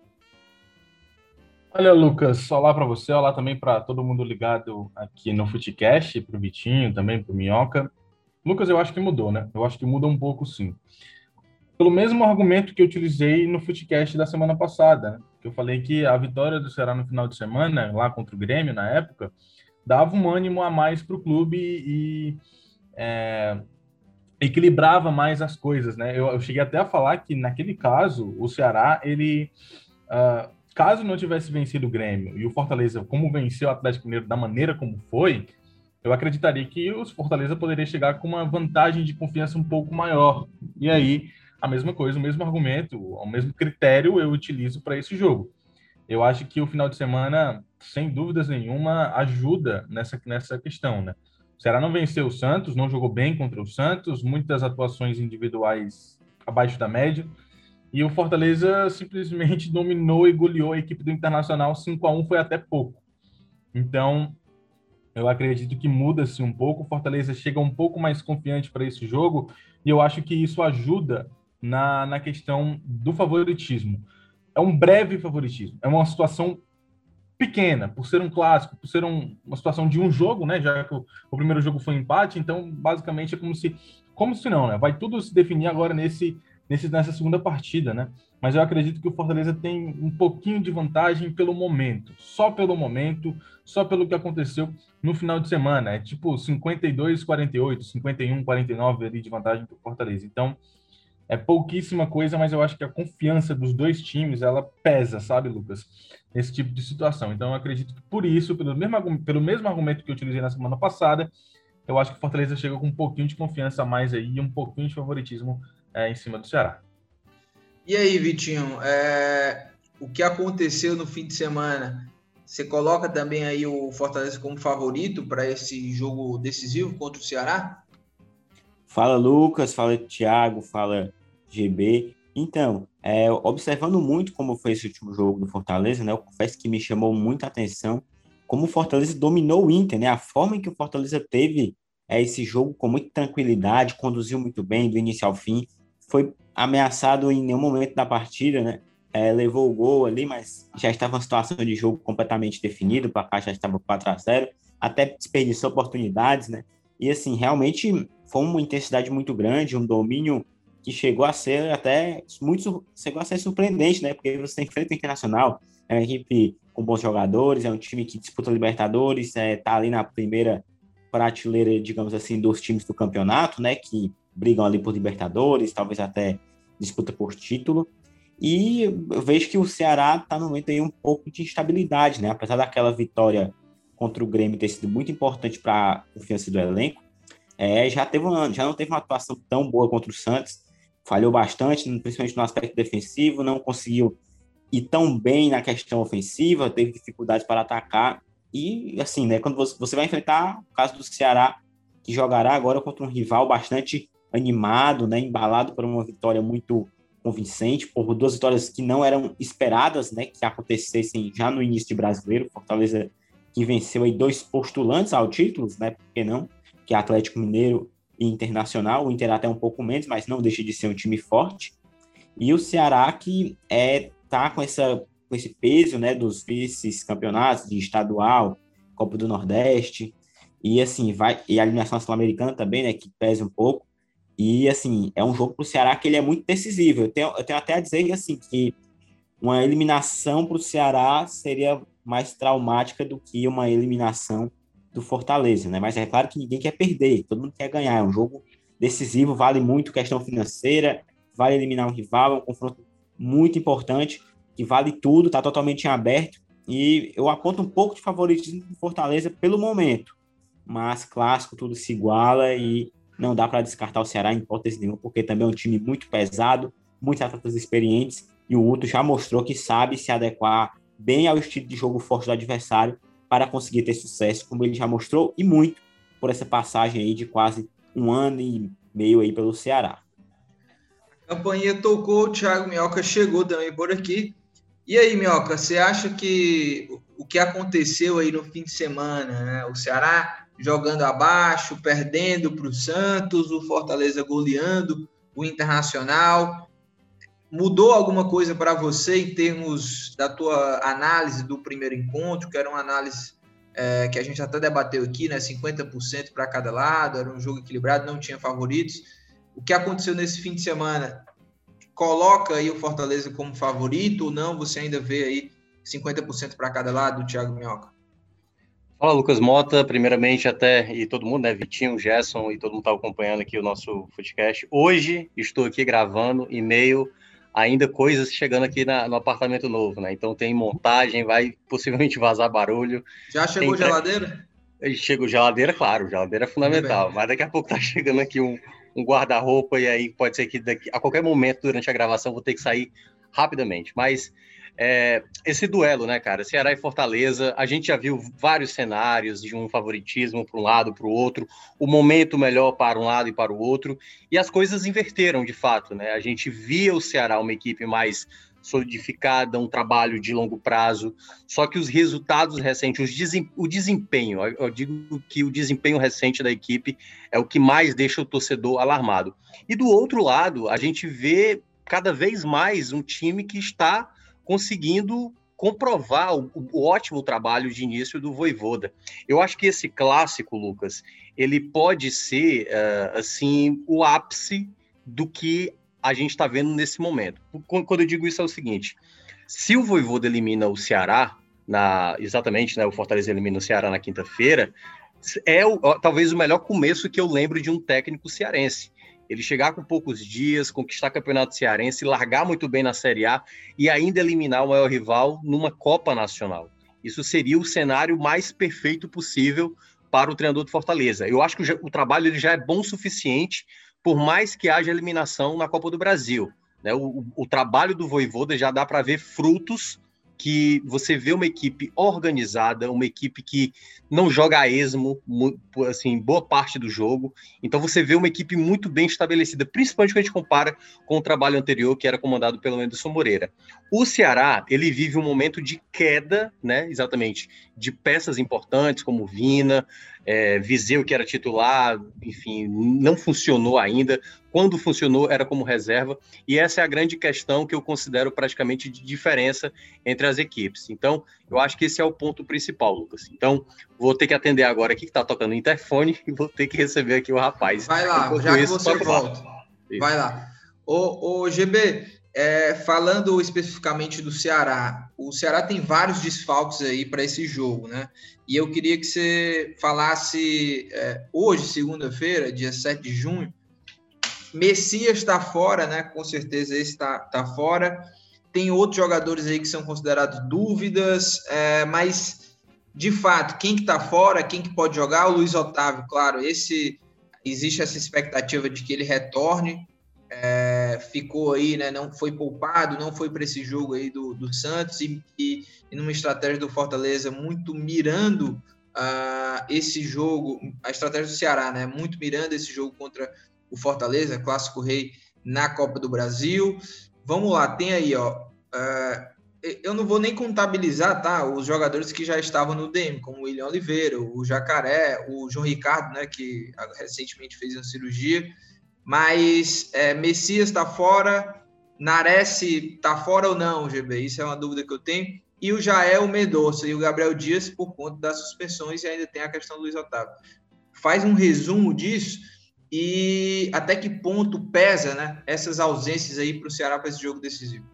E: Olha, Lucas, olá para você, olá também para todo mundo ligado aqui no Futecast, para o Vitinho, também para o Minhoca. Lucas, eu acho que mudou, né? Eu acho que muda um pouco, sim. Pelo mesmo argumento que eu utilizei no Futecast da semana passada, né? Que eu falei que a vitória do Ceará no final de semana, lá contra o Grêmio, na época, dava um ânimo a mais para o clube e é, equilibrava mais as coisas, né? Eu, eu cheguei até a falar que, naquele caso, o Ceará, ele... Uh, caso não tivesse vencido o Grêmio e o Fortaleza, como venceu o Atlético Mineiro da maneira como foi, eu acreditaria que o Fortaleza poderia chegar com uma vantagem de confiança um pouco maior. E aí, a mesma coisa, o mesmo argumento, o mesmo critério eu utilizo para esse jogo. Eu acho que o final de semana, sem dúvidas nenhuma, ajuda nessa, nessa questão, né? O Ceará não venceu o Santos, não jogou bem contra o Santos, muitas atuações individuais abaixo da média, e o Fortaleza simplesmente dominou e goleou a equipe do Internacional. Cinco a um foi até pouco. Então, eu acredito que muda-se um pouco. O Fortaleza chega um pouco mais confiante para esse jogo e eu acho que isso ajuda na, na questão do favoritismo. É um breve favoritismo. É uma situação pequena, por ser um clássico, por ser um, uma situação de um jogo, né? Já que o, o primeiro jogo foi um empate, então, basicamente, é como se... Como se não, né? Vai tudo se definir agora nesse... Nesse, nessa segunda partida, né? Mas eu acredito que o Fortaleza tem um pouquinho de vantagem pelo momento, só pelo momento, só pelo que aconteceu no final de semana. É tipo cinquenta e dois a quarenta e oito, cinquenta e um a quarenta e nove ali de vantagem para o Fortaleza. Então, é pouquíssima coisa, mas eu acho que a confiança dos dois times, ela pesa, sabe, Lucas? Nesse tipo de situação. Então, eu acredito que por isso, pelo mesmo, pelo mesmo argumento que eu utilizei na semana passada, eu acho que o Fortaleza chega com um pouquinho de confiança a mais aí e um pouquinho de favoritismo É, em cima do Ceará.
B: E aí, Vitinho, é, o que aconteceu no fim de semana, você coloca também aí o Fortaleza como favorito para esse jogo decisivo contra o Ceará?
F: Fala, Lucas, fala, Thiago, fala, G B. Então, é, observando muito como foi esse último jogo do Fortaleza, né, eu confesso que me chamou muita atenção como o Fortaleza dominou o Inter, né, a forma em que o Fortaleza teve é, esse jogo com muita tranquilidade, conduziu muito bem do início ao fim, foi ameaçado em nenhum momento da partida, né? É, levou o gol ali, mas já estava uma situação de jogo completamente definida, o placar já estava quatro a zero, até desperdiçou oportunidades, né? E assim, realmente foi uma intensidade muito grande, um domínio que chegou a ser até muito, chegou a ser surpreendente, né? Porque você enfrenta o Internacional, é uma equipe com bons jogadores, é um time que disputa Libertadores, é, tá ali na primeira prateleira, digamos assim, dos times do campeonato, né, que brigam ali por Libertadores, talvez até disputa por título. E eu vejo que o Ceará está no momento aí um pouco de instabilidade, né? Apesar daquela vitória contra o Grêmio ter sido muito importante para a confiança do elenco, é, já, teve uma, já não teve uma atuação tão boa contra o Santos, falhou bastante, principalmente no aspecto defensivo, não conseguiu ir tão bem na questão ofensiva, teve dificuldades para atacar. E, assim, né, quando você, você vai enfrentar o caso do Ceará, que jogará agora contra um rival bastante animado, né, embalado por uma vitória muito convincente, por duas vitórias que não eram esperadas, né, que acontecessem já no início de Brasileiro. Fortaleza que venceu aí dois postulantes ao título, né, por que não? Que é Atlético Mineiro e Internacional, o Inter até um pouco menos, mas não deixa de ser um time forte. E o Ceará que é, tá com, essa, com esse peso, né, dos vice-campeonatos de estadual, Copa do Nordeste, e assim, vai, e a eliminação sul-americana também, né, que pesa um pouco. E, assim, é um jogo para o Ceará que ele é muito decisivo. Eu tenho, eu tenho até a dizer assim, que uma eliminação para o Ceará seria mais traumática do que uma eliminação do Fortaleza, né? Mas é claro que ninguém quer perder, todo mundo quer ganhar. É um jogo decisivo, vale muito questão financeira, vale eliminar um rival, é um confronto muito importante, que vale tudo, está totalmente em aberto. E eu aponto um pouco de favoritismo do Fortaleza pelo momento. Mas clássico, tudo se iguala e não dá para descartar o Ceará em hipótese nenhuma, porque também é um time muito pesado, muitos atletas experientes, e o Guto já mostrou que sabe se adequar bem ao estilo de jogo forte do adversário para conseguir ter sucesso, como ele já mostrou, e muito, por essa passagem aí de quase um ano e meio aí pelo Ceará.
B: A campainha tocou, o Thiago Minhoca chegou também por aqui. E aí, Minhoca, você acha que o que aconteceu aí no fim de semana, né? O Ceará jogando abaixo, perdendo para o Santos, o Fortaleza goleando o Internacional, mudou alguma coisa para você em termos da tua análise do primeiro encontro, que era uma análise é, que a gente até debateu aqui, né? cinquenta por cento para cada lado, era um jogo equilibrado, não tinha favoritos. O que aconteceu nesse fim de semana coloca aí o Fortaleza como favorito ou não? Você ainda vê aí cinquenta por cento para cada lado, Thiago Minhoca?
G: Fala, Lucas Mota, primeiramente até, e todo mundo, né, Vitinho, Gerson e todo mundo está acompanhando aqui o nosso podcast. Hoje estou aqui gravando e-mail, ainda coisas chegando aqui na, no apartamento novo, né, então tem montagem, vai possivelmente vazar barulho. Já chegou tem... geladeira? Chegou geladeira, claro, geladeira é fundamental, mas daqui a pouco tá chegando aqui um, um guarda-roupa e aí pode ser que daqui, a qualquer momento durante a gravação vou ter que sair rapidamente, mas... É, esse duelo, né, cara, Ceará e Fortaleza, a gente já viu vários cenários de um favoritismo para um lado, para o outro, o momento melhor para um lado e para o outro, e as coisas inverteram de fato, né, a gente via o Ceará uma equipe mais solidificada, um trabalho de longo prazo, só que os resultados recentes, os desem, o desempenho, eu digo que o desempenho recente da equipe é o que mais deixa o torcedor alarmado. E do outro lado, a gente vê cada vez mais um time que está conseguindo comprovar o, o ótimo trabalho de início do Vojvoda. Eu acho que esse clássico, Lucas, ele pode ser, uh, assim, o ápice do que a gente está vendo nesse momento. Quando eu digo isso é o seguinte, se o Vojvoda elimina o Ceará, na, exatamente, né, o Fortaleza elimina o Ceará na quinta-feira, é o, talvez o melhor começo que eu lembro de um técnico cearense. Ele chegar com poucos dias, conquistar campeonato cearense, largar muito bem na Série A e ainda eliminar o maior rival numa Copa Nacional. Isso seria o cenário mais perfeito possível para o treinador do Fortaleza. Eu acho que o, o trabalho ele já é bom o suficiente, por mais que haja eliminação na Copa do Brasil. Né? O, o, o trabalho do Vojvoda já dá para ver frutos que você vê uma equipe organizada, uma equipe que não joga a esmo, assim, boa parte do jogo. Então você vê uma equipe muito bem estabelecida, principalmente quando a gente compara com o trabalho anterior, que era comandado pelo Anderson Moreira. O Ceará, ele vive um momento de queda, né, exatamente, de peças importantes, como Vina, é, Viseu, que era titular, enfim, não funcionou ainda. Quando funcionou, era como reserva. E essa é a grande questão que eu considero praticamente de diferença entre as equipes. Então, eu acho que esse é o ponto principal, Lucas. Então, vou ter que atender agora aqui, que está tocando o interfone, e vou ter que receber aqui o rapaz.
B: Vai lá,
G: Enquanto
B: já
G: isso,
B: que você volta. Vai lá. Ô, ô, G B, é, falando especificamente do Ceará, o Ceará tem vários desfalques aí para esse jogo, né? E eu queria que você falasse, é, hoje, segunda-feira, dia sete de junho, Messias está fora, né? Com certeza esse está tá fora. Tem outros jogadores aí que são considerados dúvidas, é, mas, de fato, quem que está fora, quem que pode jogar? O Luiz Otávio, claro, esse, existe essa expectativa de que ele retorne, é, ficou aí, né, não foi poupado, não foi para esse jogo aí do, do Santos, e, e, e numa estratégia do Fortaleza muito mirando uh, esse jogo, a estratégia do Ceará, né, muito mirando esse jogo contra o Fortaleza, Clássico Rei na Copa do Brasil. Vamos lá, tem aí, ó, uh, eu não vou nem contabilizar, tá, os jogadores que já estavam no D M, como o William Oliveira, o Jacaré, o João Ricardo, né, que recentemente fez uma cirurgia, mas é, Messias está fora, Nares está fora ou não, G B? Isso é uma dúvida que eu tenho. E o Jael Mendonça e o Gabriel Dias por conta das suspensões, e ainda tem a questão do Luiz Otávio. Faz um resumo disso e até que ponto pesa, né, essas ausências aí para o Ceará para esse jogo decisivo.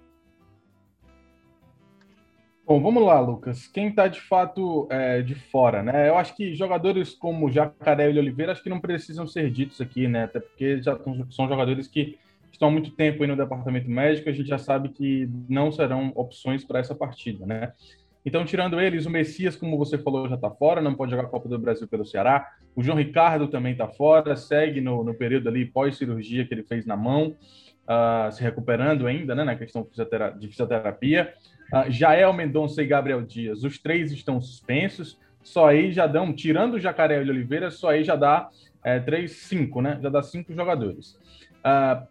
E: Bom, vamos lá, Lucas. Quem está de fato é, de fora, né? Eu acho que jogadores como Jacaré e Oliveira, acho que não precisam ser ditos aqui, né? Até porque já são jogadores que estão há muito tempo aí no departamento médico, a gente já sabe que não serão opções para essa partida, né? Então, tirando eles, o Messias, como você falou, já está fora, não pode jogar a Copa do Brasil pelo Ceará. O João Ricardo também está fora, segue no, no período ali pós-cirurgia que ele fez na mão, uh, se recuperando ainda, né, na questão de fisioterapia. Uh, Jael Mendonça e Gabriel Dias, os três estão suspensos, só aí já dão, tirando o Jacaré e Oliveira, só aí já dá é, três, cinco, né? Já dá cinco jogadores. Uh,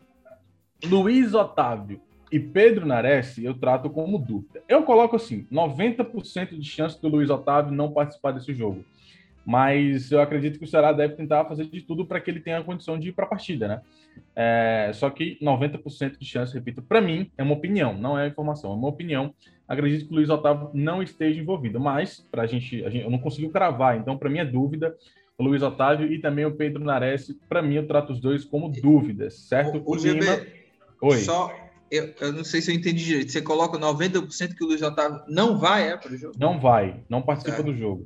E: Luiz Otávio e Pedro Nares, eu trato como dúvida. Eu coloco assim, noventa por cento de chance do Luiz Otávio não participar desse jogo. Mas eu acredito que o Ceará deve tentar fazer de tudo para que ele tenha a condição de ir para a partida, né? É, só que noventa por cento de chance, repito, para mim, é uma opinião, não é informação, é uma opinião. Acredito que o Luiz Otávio não esteja envolvido, mas para a gente, eu não consigo cravar, então para mim é dúvida o Luiz Otávio e também o Pedro Nares. Para mim, eu trato os dois como dúvidas, certo?
B: O, o, o Lima... G B, Oi. Só, eu, eu não sei se eu entendi direito, você coloca noventa por cento que o Luiz Otávio não vai é, para o jogo?
E: Não vai, não participa é. do jogo.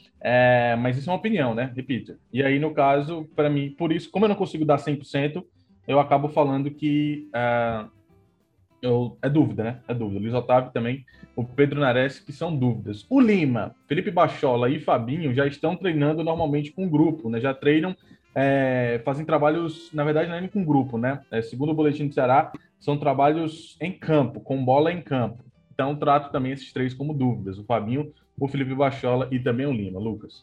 E: É, mas isso é uma opinião, né? Repito. E aí, no caso, para mim, por isso, como eu não consigo dar cem por cento, eu acabo falando que uh, eu, é dúvida, né? É dúvida. Luiz Otávio também, o Pedro Nares, que são dúvidas. O Lima, Felipe Bachola e Fabinho já estão treinando normalmente com grupo, né? Já treinam, é, fazem trabalhos, na verdade, não é nem com grupo, né? É, segundo o Boletim do Ceará, são trabalhos em campo, com bola em campo. Então, trato também esses três como dúvidas. O Fabinho, o Felipe Bachola e também o Lima. Lucas.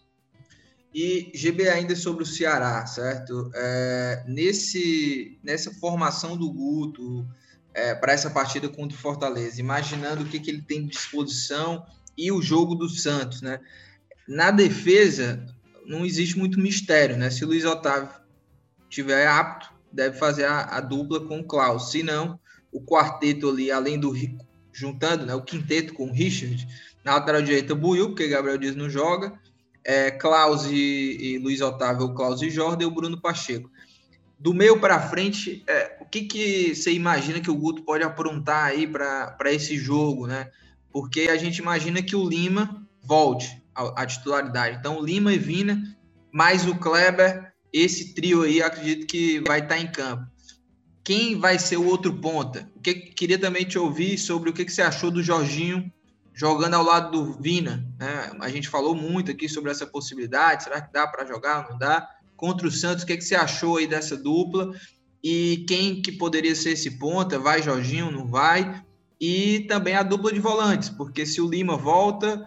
B: E, G B, ainda sobre o Ceará, certo? É, nesse, nessa formação do Guto é, para essa partida contra o Fortaleza, imaginando o que, que ele tem de disposição e o jogo do Santos, né? Na defesa, não existe muito mistério, né? Se o Luiz Otávio estiver apto, deve fazer a, a dupla com o Klaus. Se não, o quarteto ali, além do Rico, juntando, né, o quinteto com o Richard, na lateral direita, Buiu, porque Gabriel Dias não joga, é, Klaus e, e Luiz Otávio, o Klaus e Jordan, e o Bruno Pacheco. Do meio para frente, é, o que, que você imagina que o Guto pode aprontar aí para esse jogo, né? Porque a gente imagina que o Lima volte à, à titularidade. Então, Lima e Vina, mais o Kleber, esse trio aí, acredito que vai estar em campo. Quem vai ser o outro ponta? O que, queria também te ouvir sobre o que, que você achou do Jorginho jogando ao lado do Vina, né? A gente falou muito aqui sobre essa possibilidade, será que dá para jogar ou não dá? Contra o Santos, o que, que você achou aí dessa dupla? E quem que poderia ser esse ponta? Vai Jorginho, não vai? E também a dupla de volantes, porque se o Lima volta,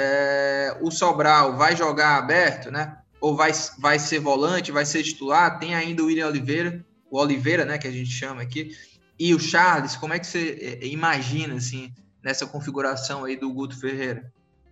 B: é, o Sobral vai jogar aberto, né? Ou vai, vai ser volante, vai ser titular, tem ainda o William Oliveira, o Oliveira, né, que a gente chama aqui, e o Charles, como é que você imagina, assim, nessa configuração aí do Guto Ferreira?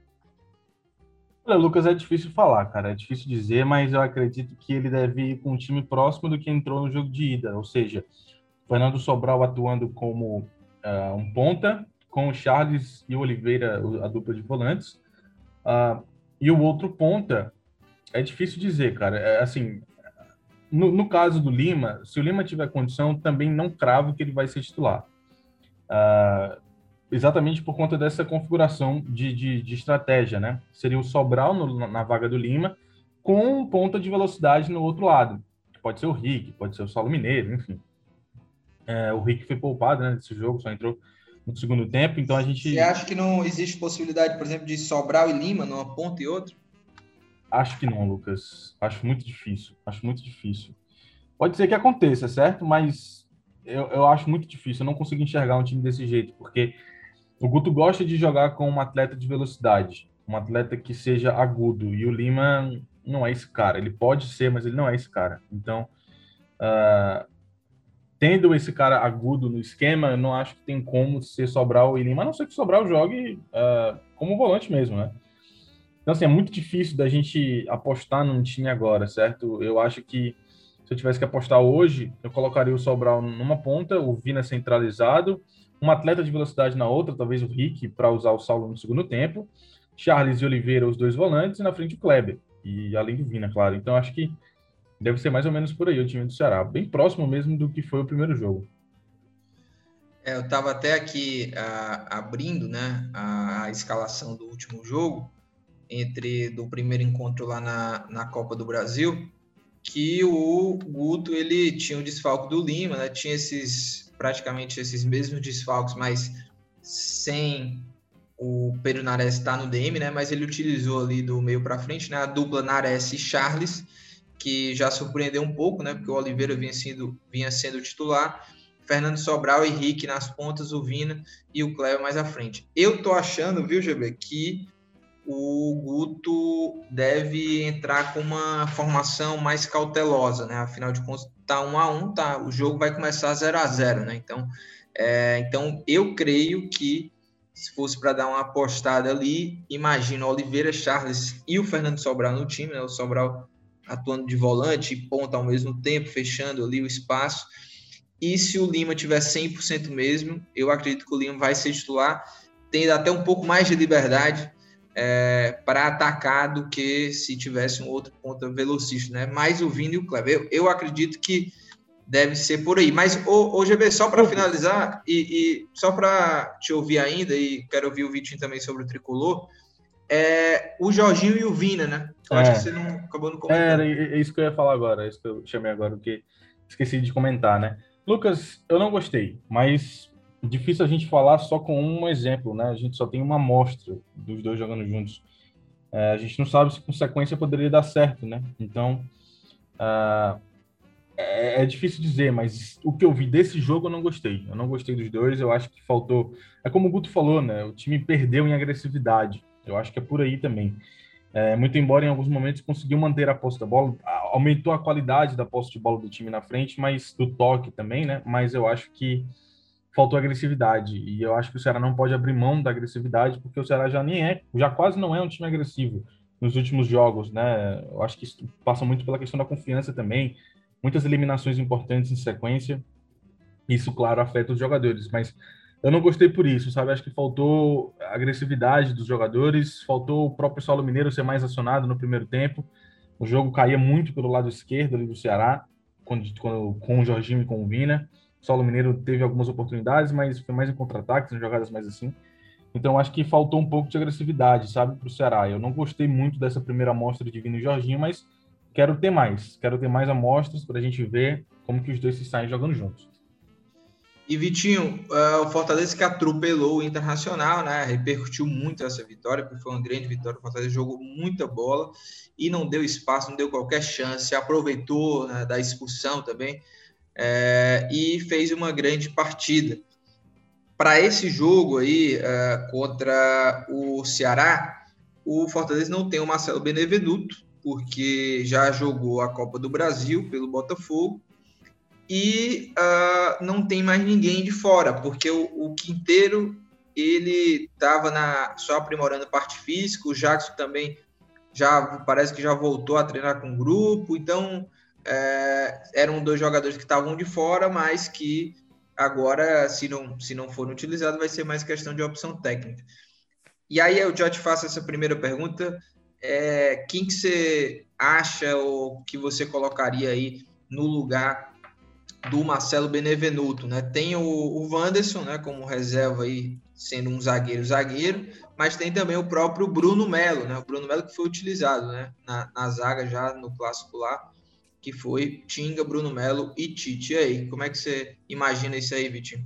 E: Olha, Lucas, é difícil falar, cara, é difícil dizer, mas eu acredito que ele deve ir com um time próximo do que entrou no jogo de ida, ou seja, Fernando Sobral atuando como uh, um ponta, com o Charles e o Oliveira, a dupla de volantes, uh, e o outro ponta, é difícil dizer, cara, é, assim, no, no caso do Lima, se o Lima tiver condição, também não cravo que ele vai ser titular. uh, exatamente por conta dessa configuração de, de, de estratégia, né? Seria o Sobral no, na vaga do Lima, com ponta de velocidade no outro lado. Pode ser o Rick, pode ser o Saulo Mineiro, enfim. É, o Rick foi poupado, né, nesse jogo, só entrou no segundo tempo, então a gente...
B: Você acha que não existe possibilidade, por exemplo, de Sobral e Lima numa ponta e outra?
E: Acho que não, Lucas. Acho muito difícil. Acho muito difícil. Pode ser que aconteça, certo? Mas eu, eu acho muito difícil. Eu não consigo enxergar um time desse jeito, porque o Guto gosta de jogar com um atleta de velocidade, um atleta que seja agudo, e o Lima não é esse cara. Ele pode ser, mas ele não é esse cara. Então, uh, tendo esse cara agudo no esquema, eu não acho que tem como ser Sobral e Lima, a não ser que Sobral jogue uh, como volante mesmo, né? Então, assim, é muito difícil da gente apostar num time agora, certo? Eu acho que se eu tivesse que apostar hoje, eu colocaria o Sobral numa ponta, o Vina centralizado, um atleta de velocidade na outra, talvez o Rick, para usar o Saulo no segundo tempo, Charles e Oliveira, os dois volantes, e na frente o Kleber, e além do Vina, claro. Então, acho que deve ser mais ou menos por aí o time do Ceará, bem próximo mesmo do que foi o primeiro jogo.
B: É, eu estava até aqui a, abrindo, né, a, a escalação do último jogo, entre do primeiro encontro lá na, na Copa do Brasil, que o Guto, ele tinha o desfalque do Lima, né, tinha esses, praticamente esses mesmos desfalques, mas sem o Pedro Nares estar no D M, né, mas ele utilizou ali do meio para frente, né, a dupla Nares e Charles, que já surpreendeu um pouco, né, porque o Oliveira vinha sendo, vinha sendo titular, Fernando Sobral e Henrique nas pontas, o Vina e o Kleber mais à frente. Eu tô achando, viu, G B, que o Guto deve entrar com uma formação mais cautelosa, né? Afinal de contas, tá um a um, tá? O jogo vai começar zero a zero, né? Então, é, então eu creio que se fosse para dar uma apostada ali, imagino Oliveira, Charles e o Fernando Sobral no time, né? O Sobral atuando de volante e ponta ao mesmo tempo, fechando ali o espaço. E se o Lima tiver cem por cento mesmo, eu acredito que o Lima vai ser titular, tendo até um pouco mais de liberdade é, para atacar do que se tivesse um outro ponta velocista, né? Mais o Vini e o Kleber. Eu, eu acredito que deve ser por aí. Mas, ô, ô G B, só para finalizar, e, e só para te ouvir ainda, e quero ouvir o Vitinho também sobre o Tricolor, é, o Jorginho e o Vina, né? Eu é. acho que você não acabou não comentando.
E: É, é isso que eu ia falar agora, é isso que eu chamei agora, porque esqueci de comentar, né? Lucas, eu não gostei, mas difícil a gente falar só com um exemplo, né? A gente só tem uma amostra dos dois jogando juntos. É, a gente não sabe se com sequência poderia dar certo, né? Então, uh, é, é difícil dizer, mas o que eu vi desse jogo eu não gostei. Eu não gostei dos dois, eu acho que faltou... É como o Guto falou, né? O time perdeu em agressividade. Eu acho que é por aí também. É, muito embora em alguns momentos conseguiu manter a posse da bola, aumentou a qualidade da posse de bola do time na frente, mas do toque também, né? Mas eu acho que faltou agressividade, e eu acho que o Ceará não pode abrir mão da agressividade, porque o Ceará já nem é, já quase não é um time agressivo nos últimos jogos, né? Eu acho que isso passa muito pela questão da confiança também, muitas eliminações importantes em sequência, isso, claro, afeta os jogadores, mas eu não gostei por isso, sabe? Acho que faltou agressividade dos jogadores, faltou o próprio Saulo Mineiro ser mais acionado no primeiro tempo. O jogo caía muito pelo lado esquerdo ali do Ceará, quando, quando, com o Jorginho e com o Vina. O Saulo Mineiro teve algumas oportunidades, mas foi mais em contra-ataques, em jogadas mais assim. Então, acho que faltou um pouco de agressividade, sabe, para o Ceará. Eu não gostei muito dessa primeira amostra de Vina e Jorginho, mas quero ter mais. Quero ter mais amostras para a gente ver como que os dois se saem jogando juntos.
B: E Vitinho, uh, o Fortaleza que atropelou o Internacional, né? Repercutiu muito essa vitória, porque foi uma grande vitória. O Fortaleza jogou muita bola e não deu espaço, não deu qualquer chance, aproveitou, né, da expulsão também, é, e fez uma grande partida. Para esse jogo aí, uh, contra o Ceará, o Fortaleza não tem o Marcelo Benevenuto, porque já jogou a Copa do Brasil pelo Botafogo, e uh, não tem mais ninguém de fora, porque o, o Quinteiro, ele estava só aprimorando a parte física, o Jackson também já parece que já voltou a treinar com o grupo, então é, eram dois jogadores que estavam de fora, mas que agora, se não, se não forem utilizados, vai ser mais questão de opção técnica. E aí eu já te faço essa primeira pergunta, é, quem que você acha ou que você colocaria aí no lugar
H: do Marcelo Benevenuto, né? Tem o, o Wanderson, né, como reserva aí, sendo um zagueiro zagueiro, mas tem também o próprio Bruno Melo, né? O Bruno Melo que foi utilizado, né, na, na zaga já no clássico lá, que foi Tinga, Bruno Melo e Tite. E aí, como é que você imagina isso aí, Vitinho?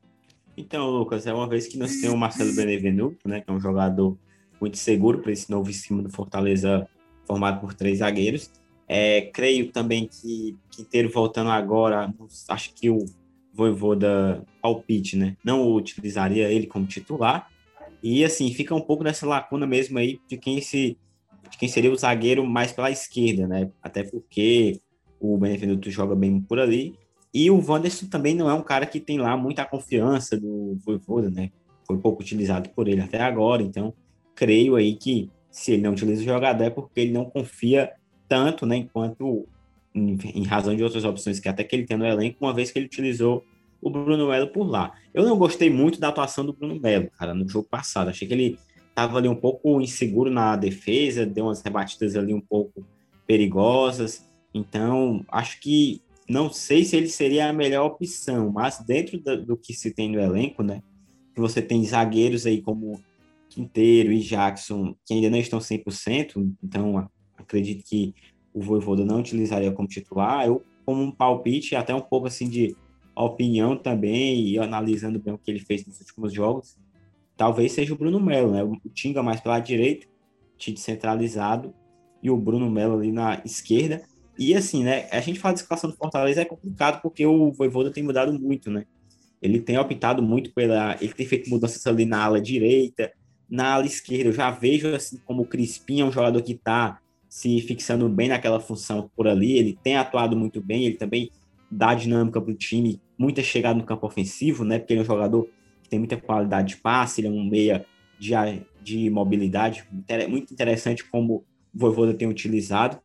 F: Então, Lucas, é uma vez que nós temos o Marcelo Benevenuto, né, que é um jogador muito seguro para esse novo esquema do Fortaleza, formado por três zagueiros. É, creio também que Quinteiro voltando agora, acho que o Vojvoda palpite, né, não utilizaria ele como titular. E assim, fica um pouco nessa lacuna mesmo aí de quem, se, de quem seria o zagueiro mais pela esquerda, né? Até porque o Benevenuto joga bem por ali. E o Wanderson também não é um cara que tem lá muita confiança do Vojvoda, né? Foi pouco utilizado por ele até agora, então creio aí que se ele não utiliza o jogador é porque ele não confia tanto, né? Enquanto, em, em razão de outras opções que até que ele tem no elenco, uma vez que ele utilizou o Bruno Melo por lá. Eu não gostei muito da atuação do Bruno Melo, cara, no jogo passado. Achei que ele estava ali um pouco inseguro na defesa, deu umas rebatidas ali um pouco perigosas. Então, acho que não sei se ele seria a melhor opção, mas dentro do, do que se tem no elenco, né? Que você tem zagueiros aí como Quinteiro e Jackson, que ainda não estão cem por cento, então acredito que o Vojvoda não utilizaria como titular. Eu, como um palpite, até um pouco assim de opinião também, e analisando bem o que ele fez nos últimos jogos, talvez seja o Bruno Melo, né? O Tinga mais pela direita, Tite centralizado, e o Bruno Melo ali na esquerda. E assim, né? A gente fala de escalação do Fortaleza é complicado, porque o Vojvoda tem mudado muito, né? Ele tem optado muito pela... Ele tem feito mudanças ali na ala direita, na ala esquerda. Eu já vejo, assim, como o Crispim é um jogador que está se fixando bem naquela função por ali. Ele tem atuado muito bem, ele também dá dinâmica para o time, muita chegada no campo ofensivo, né? Porque ele é um jogador que tem muita qualidade de passe, ele é um meia de, de mobilidade, muito interessante como o Vojvoda tem utilizado.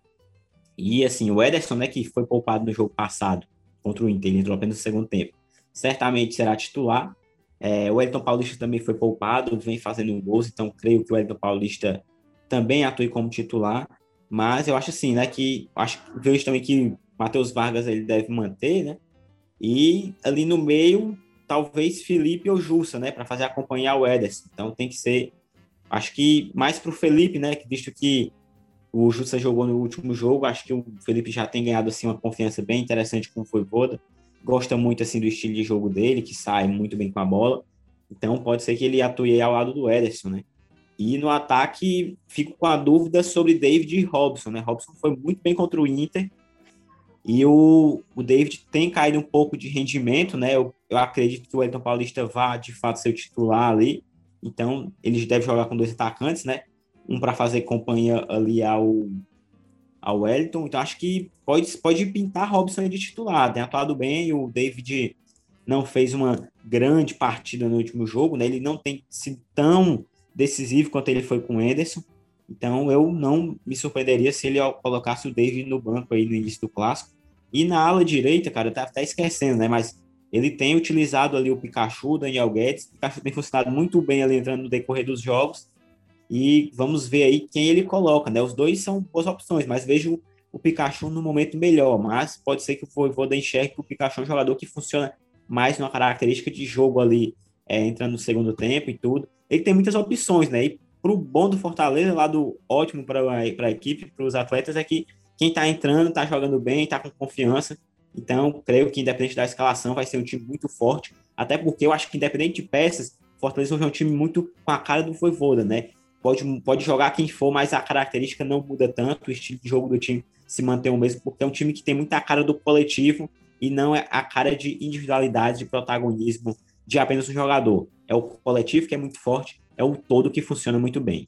F: E assim, o Ederson, né, que foi poupado no jogo passado contra o Inter, ele entrou apenas no segundo tempo, certamente será titular. É, o Wellington Paulista também foi poupado, vem fazendo gols, então creio que o Wellington Paulista também atue como titular. Mas eu acho assim, né, que acho vejo também que Matheus Vargas ele deve manter, né? E ali no meio, talvez Felipe ou Jussa, né? Para fazer acompanhar o Ederson. Então tem que ser, acho que mais para o Felipe, né? Visto que o Jussa jogou no último jogo, acho que o Felipe já tem ganhado assim uma confiança bem interessante com o Vojvoda. Gosta muito assim do estilo de jogo dele, que sai muito bem com a bola. Então pode ser que ele atue ao lado do Ederson, né? E no ataque, fico com a dúvida sobre David e Robson, né? Robson foi muito bem contra o Inter, e o, o David tem caído um pouco de rendimento, né? Eu, eu acredito que o Wellington Paulista vá, de fato, ser o titular ali. Então, eles devem jogar com dois atacantes, né? Um para fazer companhia ali ao, ao Wellington. Então, acho que pode, pode pintar Robson de titular. Tem atuado bem, o David não fez uma grande partida no último jogo, né? Ele não tem sido tão decisivo quanto ele foi com o Ederson. Então, eu não me surpreenderia se ele colocasse o David no banco aí no início do Clássico. E na ala direita, cara, eu tava até esquecendo, né? Mas ele tem utilizado ali o Pikachu, o Daniel Guedes. O Pikachu tem funcionado muito bem ali entrando no decorrer dos jogos. E vamos ver aí quem ele coloca, né? Os dois são boas opções, mas vejo o Pikachu no momento melhor. Mas pode ser que o Vojvoda enxergue que o Pikachu é um jogador que funciona mais numa característica de jogo ali, é, entrando no segundo tempo e tudo. Ele tem muitas opções, né? E pro bom do Fortaleza, lá do ótimo para a equipe, para os atletas, é que quem está entrando, está jogando bem, está com confiança. Então, creio que independente da escalação, vai ser um time muito forte. Até porque eu acho que independente de peças, o Fortaleza é um time muito com a cara do Vojvoda, né? Pode, pode jogar quem for, mas a característica não muda tanto, o estilo de jogo do time se mantém o mesmo, porque é um time que tem muita cara do coletivo e não é a cara de individualidade, de protagonismo de apenas um jogador. É o coletivo que é muito forte, é o todo que funciona muito bem.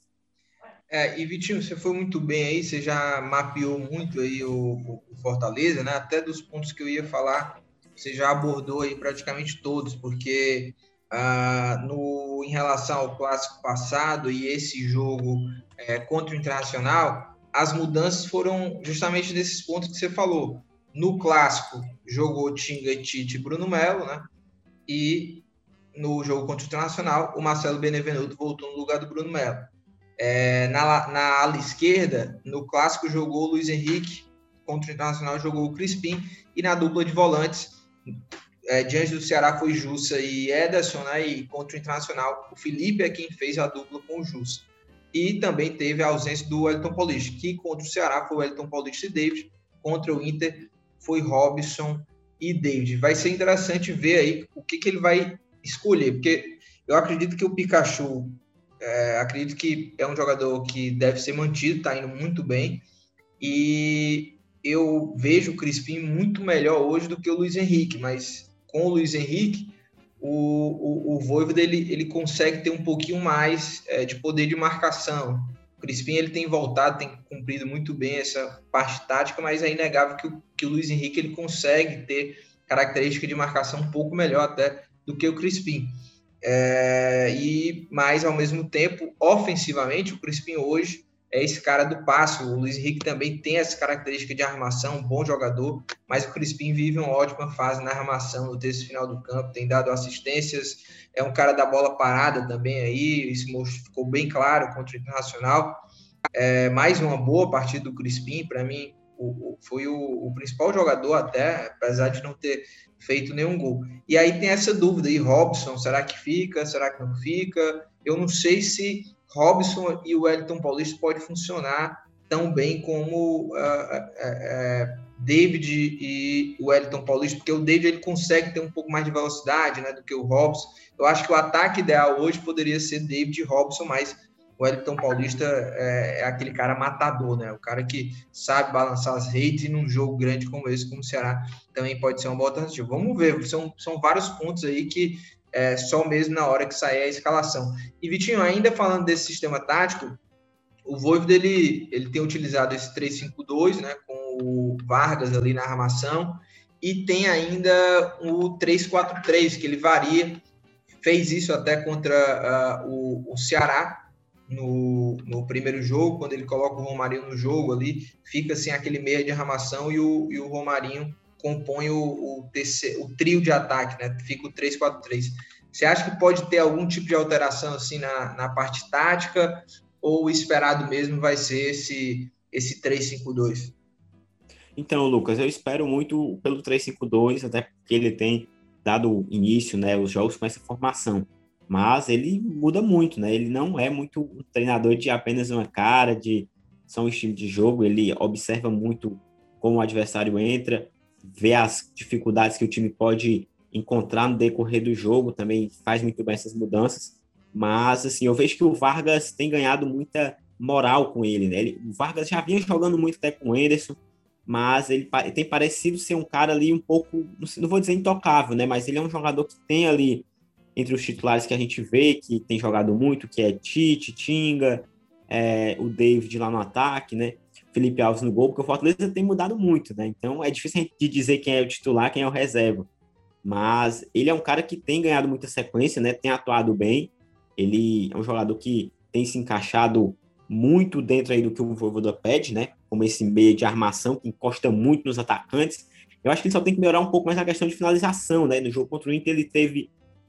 H: É, e Vitinho, você foi muito bem aí, você já mapeou muito aí o, o Fortaleza, né? Até dos pontos que eu ia falar, você já abordou aí praticamente todos, porque ah, no, em relação ao clássico passado e esse jogo é, contra o Internacional, as mudanças foram justamente desses pontos que você falou. No clássico, jogou Tinga e Tite e Bruno Melo, né? E no jogo contra o Internacional, o Marcelo Benevenuto voltou no lugar do Bruno Melo. É, na, na ala esquerda, no clássico, jogou o Luiz Henrique contra o Internacional jogou o Crispim, e na dupla de volantes, é, diante do Ceará foi Jussa e Ederson, né, e contra o Internacional o Felipe é quem fez a dupla com o Jussa. E também teve a ausência do Wellington Paulista, que contra o Ceará foi o Wellington Paulista e David, contra o Inter foi Robson e David. Vai ser interessante ver aí o que, que ele vai escolher, porque eu acredito que o Pikachu, é, acredito que é um jogador que deve ser mantido, está indo muito bem, e eu vejo o Crispim muito melhor hoje do que o Luiz Henrique, mas com o Luiz Henrique, o, o, o Vojvoda ele, ele consegue ter um pouquinho mais é, de poder de marcação. O Crispim ele tem voltado, tem cumprido muito bem essa parte tática, mas é inegável que o, que o Luiz Henrique ele consegue ter característica de marcação um pouco melhor até do que o Crispim. É, e mais ao mesmo tempo, ofensivamente, o Crispim hoje é esse cara do passe. O Luiz Henrique também tem essa característica de armação, um bom jogador, mas o Crispim vive uma ótima fase na armação, no terço final do campo, tem dado assistências, é um cara da bola parada também aí, isso ficou bem claro contra o Internacional. É, mais uma boa partida do Crispim, para mim, o, o, foi o, o principal jogador até, apesar de não ter feito nenhum gol. E aí tem essa dúvida aí, Robson, será que fica, será que não fica? Eu não sei se Robson e o Wellington Paulista pode funcionar tão bem como uh, uh, uh, David e o Wellington Paulista, porque o David ele consegue ter um pouco mais de velocidade, né, do que o Robson. Eu acho que o ataque ideal hoje poderia ser David e Robson, mas o Wellington Paulista é, é aquele cara matador, né? O cara que sabe balançar as redes, e num jogo grande como esse, como o Ceará, também pode ser uma boa alternativa. Vamos ver, são, são vários pontos aí que é só mesmo na hora que sair a escalação. E, Vitinho, ainda falando desse sistema tático, o Vojvoda, ele, ele tem utilizado esse três cinco dois, né, com o Vargas ali na armação, e tem ainda o três quatro três, que ele varia, fez isso até contra uh, o, o Ceará, no, no primeiro jogo, quando ele coloca o Romarinho no jogo ali, fica sem aquele meia de armação, e o, e o Romarinho compõe o, o, terceiro, o trio de ataque, né? Fica o três quatro três. Você acha que pode ter algum tipo de alteração assim na, na parte tática, ou o esperado mesmo vai ser esse, esse três cinco dois?
F: Então, Lucas, eu espero muito pelo três cinco dois, até porque ele tem dado início, né, os jogos com essa formação. Mas ele muda muito, né? Ele não é muito um treinador de apenas uma cara, de só um estilo de jogo. Ele observa muito como o adversário entra, vê as dificuldades que o time pode encontrar no decorrer do jogo, também faz muito bem essas mudanças. Mas, assim, eu vejo que o Vargas tem ganhado muita moral com ele, né? Ele, o Vargas já vinha jogando muito até com o Anderson, mas ele, ele tem parecido ser um cara ali um pouco, não vou dizer intocável, né? Mas ele é um jogador que tem ali, entre os titulares que a gente vê, que tem jogado muito, que é Tite, Tinga, é, o David lá no ataque, né? Felipe Alves no gol, porque o Fortaleza tem mudado muito, né? Então é difícil de dizer quem é o titular, quem é o reserva. Mas ele é um cara que tem ganhado muita sequência, né? Tem atuado bem. Ele é um jogador que tem se encaixado muito dentro aí do que o Vojvoda pede, né? Como esse meio de armação que encosta muito nos atacantes. Eu acho que ele só tem que melhorar um pouco mais a questão de finalização, né? No jogo contra o Inter ele teve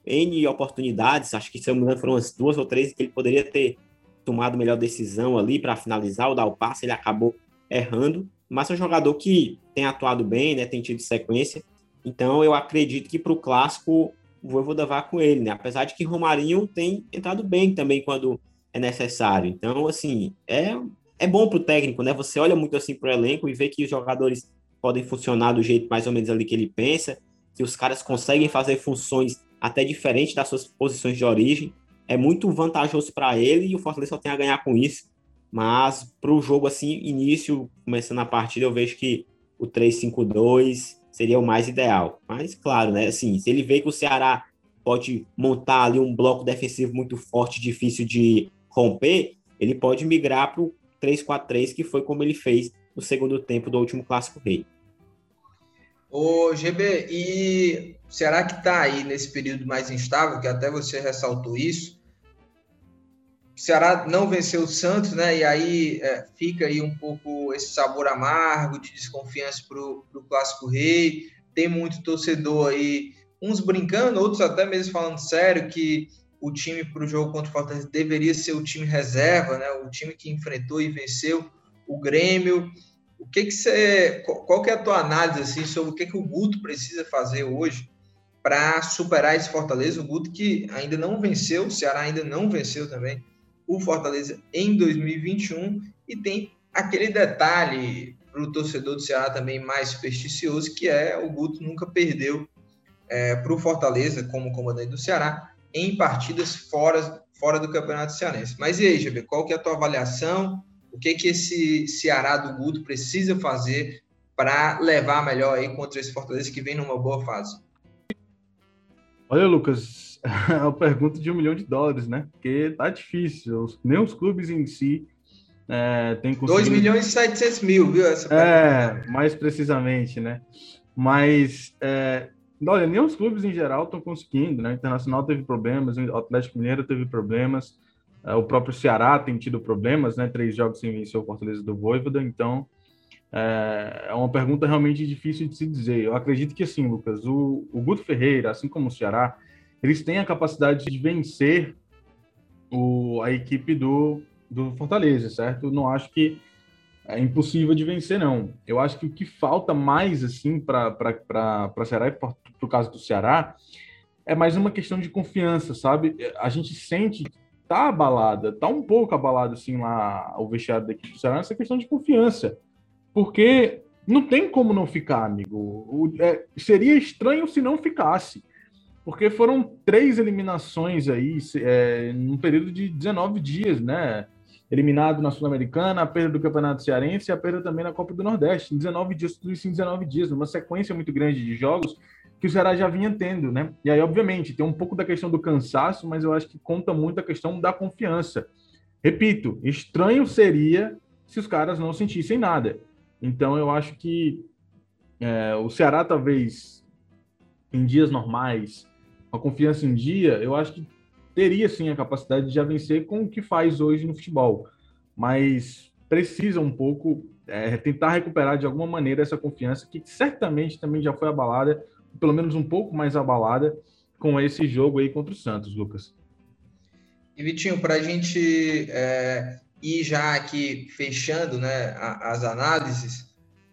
F: N oportunidades, acho que se eu não me engano foram umas duas ou três que ele poderia ter tomado melhor decisão ali para finalizar ou dar o passe, ele acabou errando, mas é um jogador que tem atuado bem, né, tem tido sequência, então eu acredito que para o Clássico o Vojvoda vá com ele, né, apesar de que Romarinho tem entrado bem também quando é necessário, então assim, é, é bom para o técnico, né, você olha muito assim para o elenco e vê que os jogadores podem funcionar do jeito mais ou menos ali que ele pensa, que os caras conseguem fazer funções até diferente das suas posições de origem, é muito vantajoso para ele e o Fortaleza só tem a ganhar com isso, mas para o jogo assim, início, começando a partida, eu vejo que o três cinco dois seria o mais ideal, mas claro, né, assim, se ele vê que o Ceará pode montar ali um bloco defensivo muito forte, difícil de romper, ele pode migrar para o três quatro três, que foi como ele fez no segundo tempo do último Clássico Rei.
H: Ô, G B, e o Ceará que está aí nesse período mais instável, que até você ressaltou isso, o Ceará não venceu o Santos, né? E aí é, fica aí um pouco esse sabor amargo de desconfiança para o Clássico Rei. Tem muito torcedor aí, uns brincando, outros até mesmo falando sério, que o time para o jogo contra o Fortaleza deveria ser o time reserva, né? O time que enfrentou e venceu o Grêmio. o que que você, qual que é a tua análise assim, sobre o que, que o Guto precisa fazer hoje para superar esse Fortaleza? O Guto que ainda não venceu, o Ceará ainda não venceu também o Fortaleza em dois mil e vinte e um, e tem aquele detalhe para o torcedor do Ceará também mais supersticioso, que é o Guto nunca perdeu é, para o Fortaleza como comandante do Ceará em partidas fora, fora do Campeonato Cearense. Mas e aí, G B, qual que é a tua avaliação? O que que esse Ceará do Guto precisa fazer para levar melhor aí contra esse Fortaleza que vem numa boa fase?
E: Olha, Lucas, é uma pergunta de um milhão de dólares, né? Porque tá difícil. Nem os clubes em si é, têm conseguido...
H: dois milhões e setecentos mil, viu? Essa
E: é,
H: pergunta.
E: mais precisamente, né? Mas, é, olha, nem os clubes em geral estão conseguindo, né? O Internacional teve problemas, o Atlético Mineiro teve problemas, é, o próprio Ceará tem tido problemas, né? Três jogos sem vencer o Fortaleza do Vojvoda, então é, é uma pergunta realmente difícil de se dizer. Eu acredito que, assim, Lucas, o, o Guto Ferreira, assim como o Ceará, eles têm a capacidade de vencer o, a equipe do, do Fortaleza, certo? Eu não acho que é impossível de vencer, não. Eu acho que o que falta mais, assim, para Ceará e para o caso do Ceará, é mais uma questão de confiança, sabe? A gente sente que tá abalada, tá um pouco abalado, assim, lá o vestiário da equipe do Ceará, essa questão de confiança. Porque não tem como não ficar, amigo. O, é, seria estranho se não ficasse. Porque foram três eliminações aí, é, num período de dezenove dias, né? Eliminado na Sul-Americana, a perda do Campeonato Cearense e a perda também na Copa do Nordeste. Em dezenove dias, tudo isso em dezenove dias, numa sequência muito grande de jogos que o Ceará já vinha tendo, né? E aí, obviamente, tem um pouco da questão do cansaço, mas eu acho que conta muito a questão da confiança. Repito, estranho seria se os caras não sentissem nada. Então, eu acho que é, o Ceará, talvez, em dias normais, com a confiança em dia, eu acho que teria, sim, a capacidade de já vencer com o que faz hoje no futebol. Mas precisa um pouco é, tentar recuperar, de alguma maneira, essa confiança que certamente também já foi abalada, pelo menos um pouco mais abalada, com esse jogo aí contra o Santos, Lucas.
H: E, Vitinho, para a gente... É... E já aqui fechando, né, as análises,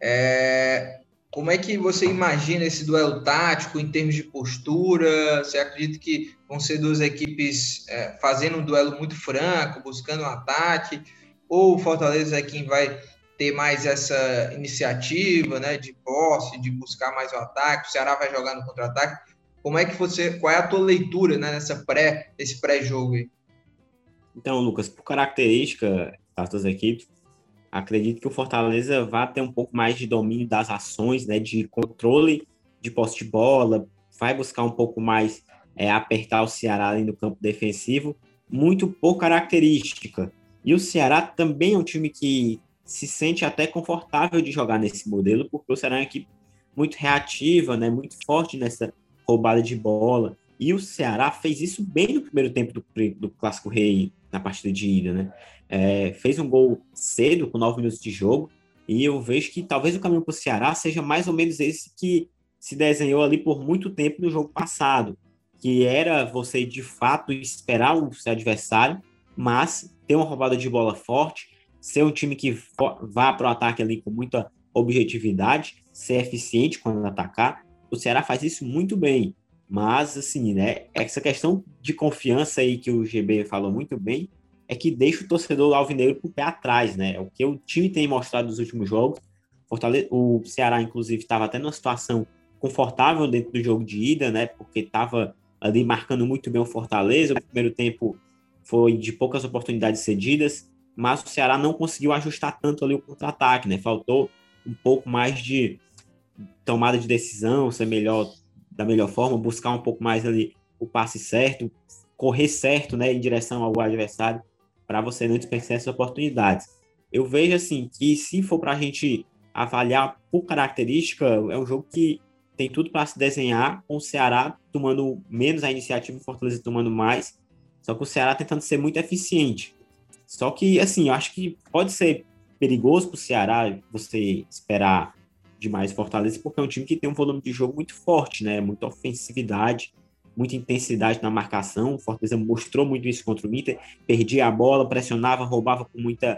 H: é, como é que você imagina esse duelo tático em termos de postura? Você acredita que vão ser duas equipes é, fazendo um duelo muito franco, buscando um ataque? Ou o Fortaleza é quem vai ter mais essa iniciativa, né, de posse, de buscar mais o ataque? O Ceará vai jogar no contra-ataque? Como é que você, qual é a tua leitura, né, nessa pré, nesse pré-jogo aí?
F: Então, Lucas, por característica das duas equipes, acredito que o Fortaleza vai ter um pouco mais de domínio das ações, né, de controle de posse de bola, vai buscar um pouco mais é, apertar o Ceará ali no campo defensivo, muito por característica. E o Ceará também é um time que se sente até confortável de jogar nesse modelo, porque o Ceará é uma equipe muito reativa, né, muito forte nessa roubada de bola. E o Ceará fez isso bem no primeiro tempo do, do Clássico Rei, na partida de ida, né? É, fez um gol cedo, com nove minutos de jogo, e eu vejo que talvez o caminho para o Ceará seja mais ou menos esse que se desenhou ali por muito tempo no jogo passado, que era você, de fato, esperar o seu adversário, mas ter uma roubada de bola forte, ser um time que vá para o ataque ali com muita objetividade, ser eficiente quando atacar. O Ceará faz isso muito bem. Mas, assim, né, essa questão de confiança aí que o G B falou muito bem, é que deixa o torcedor alvinegro com o pé atrás, né? O que o time tem mostrado nos últimos jogos. Fortaleza, o Ceará, inclusive, estava até numa situação confortável dentro do jogo de ida, né? Porque estava ali marcando muito bem o Fortaleza. O primeiro tempo foi de poucas oportunidades cedidas, mas o Ceará não conseguiu ajustar tanto ali o contra-ataque, né? Faltou um pouco mais de tomada de decisão, ser melhor da melhor forma, buscar um pouco mais ali o passe certo, correr certo, né, em direção ao adversário, para você não desperdiçar essas oportunidades. Eu vejo, assim, que se for para a gente avaliar por característica, é um jogo que tem tudo para se desenhar, com o Ceará tomando menos a iniciativa, o Fortaleza tomando mais, só que o Ceará tentando ser muito eficiente. Só que, assim, eu acho que pode ser perigoso para o Ceará você esperar demais Fortaleza, porque é um time que tem um volume de jogo muito forte, né? Muita ofensividade, muita intensidade na marcação. O Fortaleza mostrou muito isso contra o Inter, perdia a bola, pressionava, roubava com muita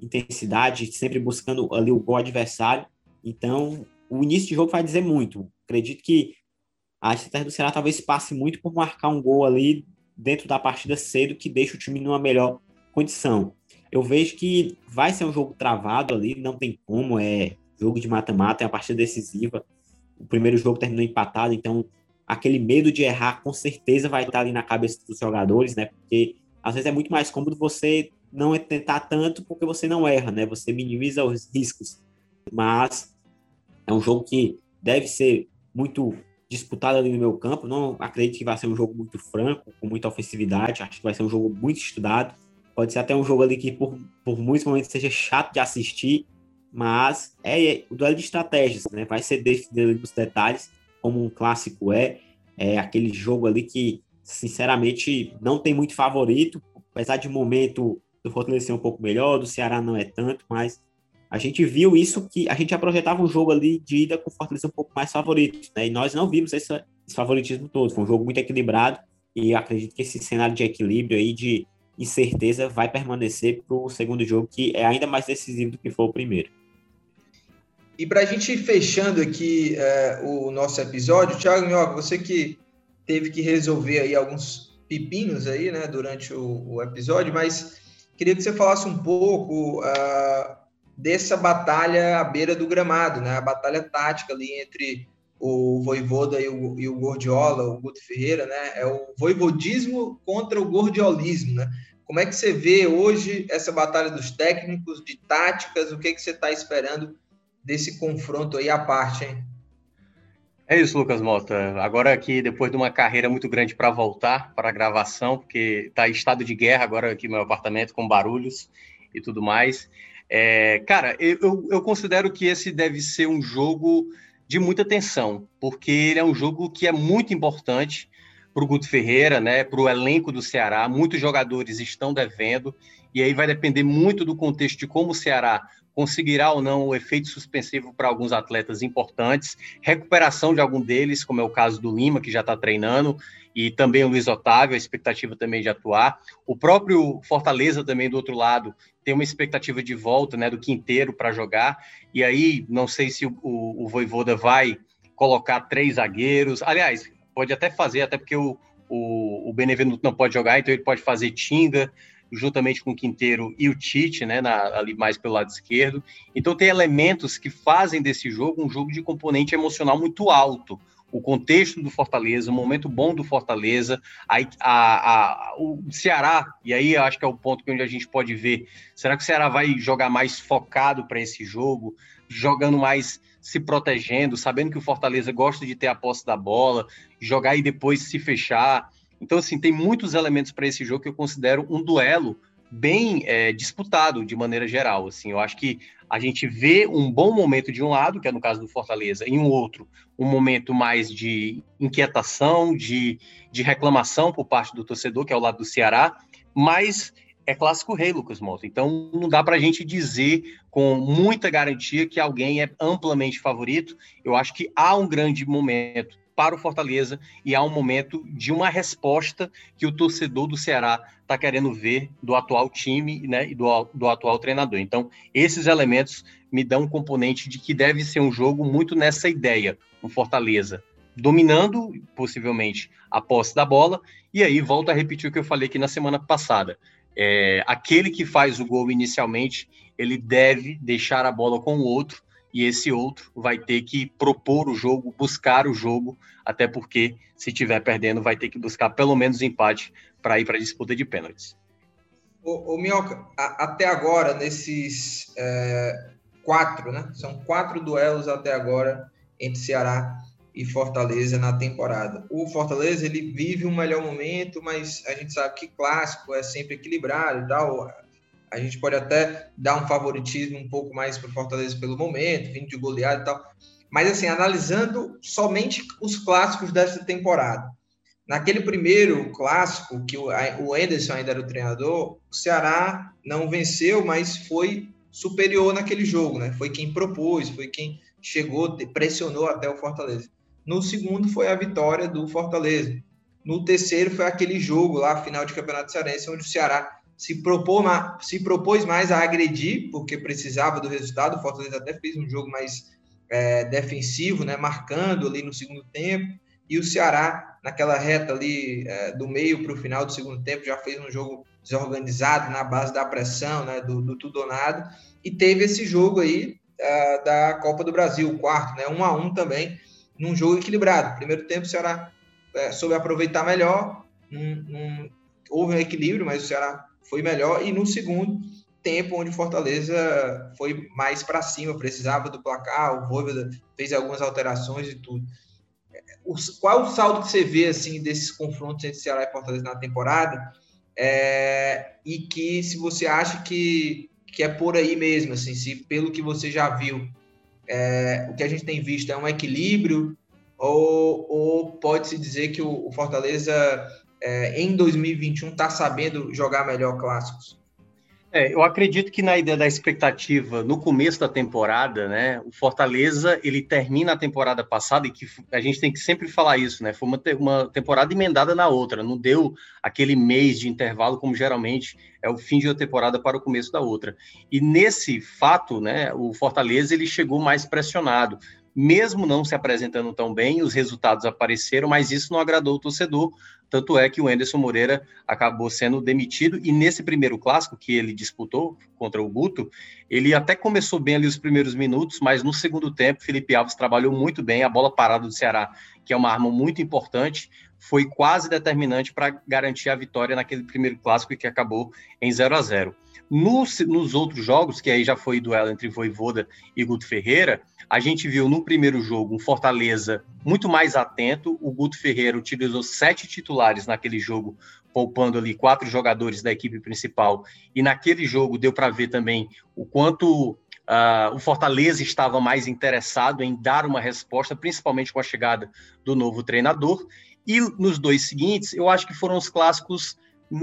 F: intensidade, sempre buscando ali o gol adversário. Então, o início de jogo vai dizer muito. Acredito que a estratégia do Ceará talvez passe muito por marcar um gol ali dentro da partida cedo, que deixa o time numa melhor condição. Eu vejo que vai ser um jogo travado ali, não tem como, é jogo de mata-mata, é uma partida decisiva. O primeiro jogo terminou empatado, então aquele medo de errar com certeza vai estar ali na cabeça dos jogadores, né? Porque às vezes é muito mais cômodo você não tentar tanto porque você não erra, né? Você minimiza os riscos. Mas é um jogo que deve ser muito disputado ali no meu campo. Não acredito que vai ser um jogo muito franco, com muita ofensividade. Acho que vai ser um jogo muito estudado. Pode ser até um jogo ali que por, por muitos momentos seja chato de assistir, mas é o duelo de estratégias, né? Vai ser definido nos detalhes, como um clássico é. É aquele jogo ali que, sinceramente, não tem muito favorito, apesar de momento do Fortaleza ser um pouco melhor, do Ceará não é tanto, mas a gente viu isso, que a gente já projetava um jogo ali de ida com o Fortaleza um pouco mais favorito, né? E nós não vimos esse, esse favoritismo todo. Foi um jogo muito equilibrado e acredito que esse cenário de equilíbrio aí, de incerteza, vai permanecer para o segundo jogo, que é ainda mais decisivo do que foi o primeiro.
H: E para a gente ir fechando aqui é, o nosso episódio, Thiago Minhoca, você que teve que resolver aí alguns pepinos aí, né, durante o, o episódio, mas queria que você falasse um pouco uh, dessa batalha à beira do gramado, né, a batalha tática ali entre o Vojvoda e o, e o Gordiola, o Guto Ferreira, né, é o voivodismo contra o gordiolismo, né? Como é que você vê hoje essa batalha dos técnicos, de táticas, o que, que você está esperando desse confronto aí à parte, hein?
G: É isso, Lucas Mota. Agora aqui, depois de uma carreira muito grande para voltar para a gravação, porque está em estado de guerra agora aqui no meu apartamento, com barulhos e tudo mais. É, cara, eu, eu considero que esse deve ser um jogo de muita tensão, porque ele é um jogo que é muito importante para o Guto Ferreira, né, para o elenco do Ceará. Muitos jogadores estão devendo, e aí vai depender muito do contexto de como o Ceará conseguirá ou não o efeito suspensivo para alguns atletas importantes, recuperação de algum deles, como é o caso do Lima, que já está treinando, e também o Luiz Otávio, a expectativa também de atuar. O próprio Fortaleza também, do outro lado, tem uma expectativa de volta, né, do Quinteiro para jogar, e aí não sei se o, o, o Vojvoda vai colocar três zagueiros, aliás, pode até fazer, até porque o, o, o Benevenuto não pode jogar, então ele pode fazer Tinga, juntamente com o Quinteiro e o Tite, né, na, ali mais pelo lado esquerdo. Então tem elementos que fazem desse jogo um jogo de componente emocional muito alto. O contexto do Fortaleza, o momento bom do Fortaleza, a, a, a, o Ceará, e aí eu acho que é o ponto onde a gente pode ver, será que o Ceará vai jogar mais focado para esse jogo, jogando mais se protegendo, sabendo que o Fortaleza gosta de ter a posse da bola, jogar e depois se fechar. Então, assim, tem muitos elementos para esse jogo que eu considero um duelo bem é, disputado, de maneira geral. Assim, eu acho que a gente vê um bom momento de um lado, que é no caso do Fortaleza, e um outro, um momento mais de inquietação, de, de reclamação por parte do torcedor, que é o lado do Ceará, mas é clássico rei, Lucas Mota. Então, não dá para a gente dizer com muita garantia que alguém é amplamente favorito. Eu acho que há um grande momento para o Fortaleza e há um momento de uma resposta que o torcedor do Ceará está querendo ver do atual time, né, e do, do atual treinador. Então, esses elementos me dão um componente de que deve ser um jogo muito nessa ideia, um Fortaleza dominando, possivelmente, a posse da bola, e aí volto a repetir o que eu falei aqui na semana passada. É, aquele que faz o gol inicialmente, ele deve deixar a bola com o outro, e esse outro vai ter que propor o jogo, buscar o jogo, até porque, se estiver perdendo, vai ter que buscar pelo menos empate para ir para a disputa de pênaltis.
H: Ô, ô Minhoca, a, até agora, nesses é, quatro, né? São quatro duelos até agora entre Ceará e Fortaleza na temporada. O Fortaleza, ele vive um melhor momento, mas a gente sabe que clássico é sempre equilibrado e tal. A gente pode até dar um favoritismo um pouco mais para o Fortaleza pelo momento, vindo de goleada e tal. Mas, assim, analisando somente os clássicos dessa temporada. Naquele primeiro clássico, que o Anderson ainda era o treinador, o Ceará não venceu, mas foi superior naquele jogo, né? Foi quem propôs, foi quem chegou, pressionou até o Fortaleza. No segundo foi a vitória do Fortaleza. No terceiro foi aquele jogo lá, final de Campeonato Cearense, onde o Ceará se, propor, se propôs mais a agredir, porque precisava do resultado. O Fortaleza até fez um jogo mais é, defensivo, né, marcando ali no segundo tempo, e o Ceará, naquela reta ali é, do meio para o final do segundo tempo, já fez um jogo desorganizado na base da pressão, né, do, do tudo ou nada, e teve esse jogo aí uh, da Copa do Brasil, o quarto, né, um a um também, num jogo equilibrado. Primeiro tempo o Ceará é, soube aproveitar melhor, num, num, houve um equilíbrio, mas o Ceará foi melhor, e no segundo tempo, onde o Fortaleza foi mais para cima, precisava do placar, o Vojvoda fez algumas alterações e tudo. O, qual o saldo que você vê assim, desses confrontos entre Ceará e Fortaleza na temporada? É, e que se você acha que, que é por aí mesmo, assim, se pelo que você já viu, é, o que a gente tem visto é um equilíbrio, ou, ou pode-se dizer que o, o Fortaleza é, em dois mil e vinte e um está sabendo jogar melhor clássicos?
G: É, eu acredito que na ideia da expectativa no começo da temporada, né, o Fortaleza ele termina a temporada passada, e que a gente tem que sempre falar isso, né, foi uma, uma temporada emendada na outra, não deu aquele mês de intervalo como geralmente é o fim de uma temporada para o começo da outra. E nesse fato, né, o Fortaleza ele chegou mais pressionado. Mesmo não se apresentando tão bem, os resultados apareceram, mas isso não agradou o torcedor, tanto é que o Anderson Moreira acabou sendo demitido, e nesse primeiro clássico que ele disputou contra o Guto, ele até começou bem ali os primeiros minutos, mas no segundo tempo, Felipe Alves trabalhou muito bem, a bola parada do Ceará, que é uma arma muito importante, foi quase determinante para garantir a vitória naquele primeiro clássico que acabou em zero a zero. Nos, nos outros jogos, que aí já foi duelo entre Vojvoda e Guto Ferreira, a gente viu no primeiro jogo um Fortaleza muito mais atento. O Guto Ferreira utilizou sete titulares naquele jogo, poupando ali quatro jogadores da equipe principal. E naquele jogo deu para ver também o quanto uh, o Fortaleza estava mais interessado em dar uma resposta, principalmente com a chegada do novo treinador. E nos dois seguintes, eu acho que foram os clássicos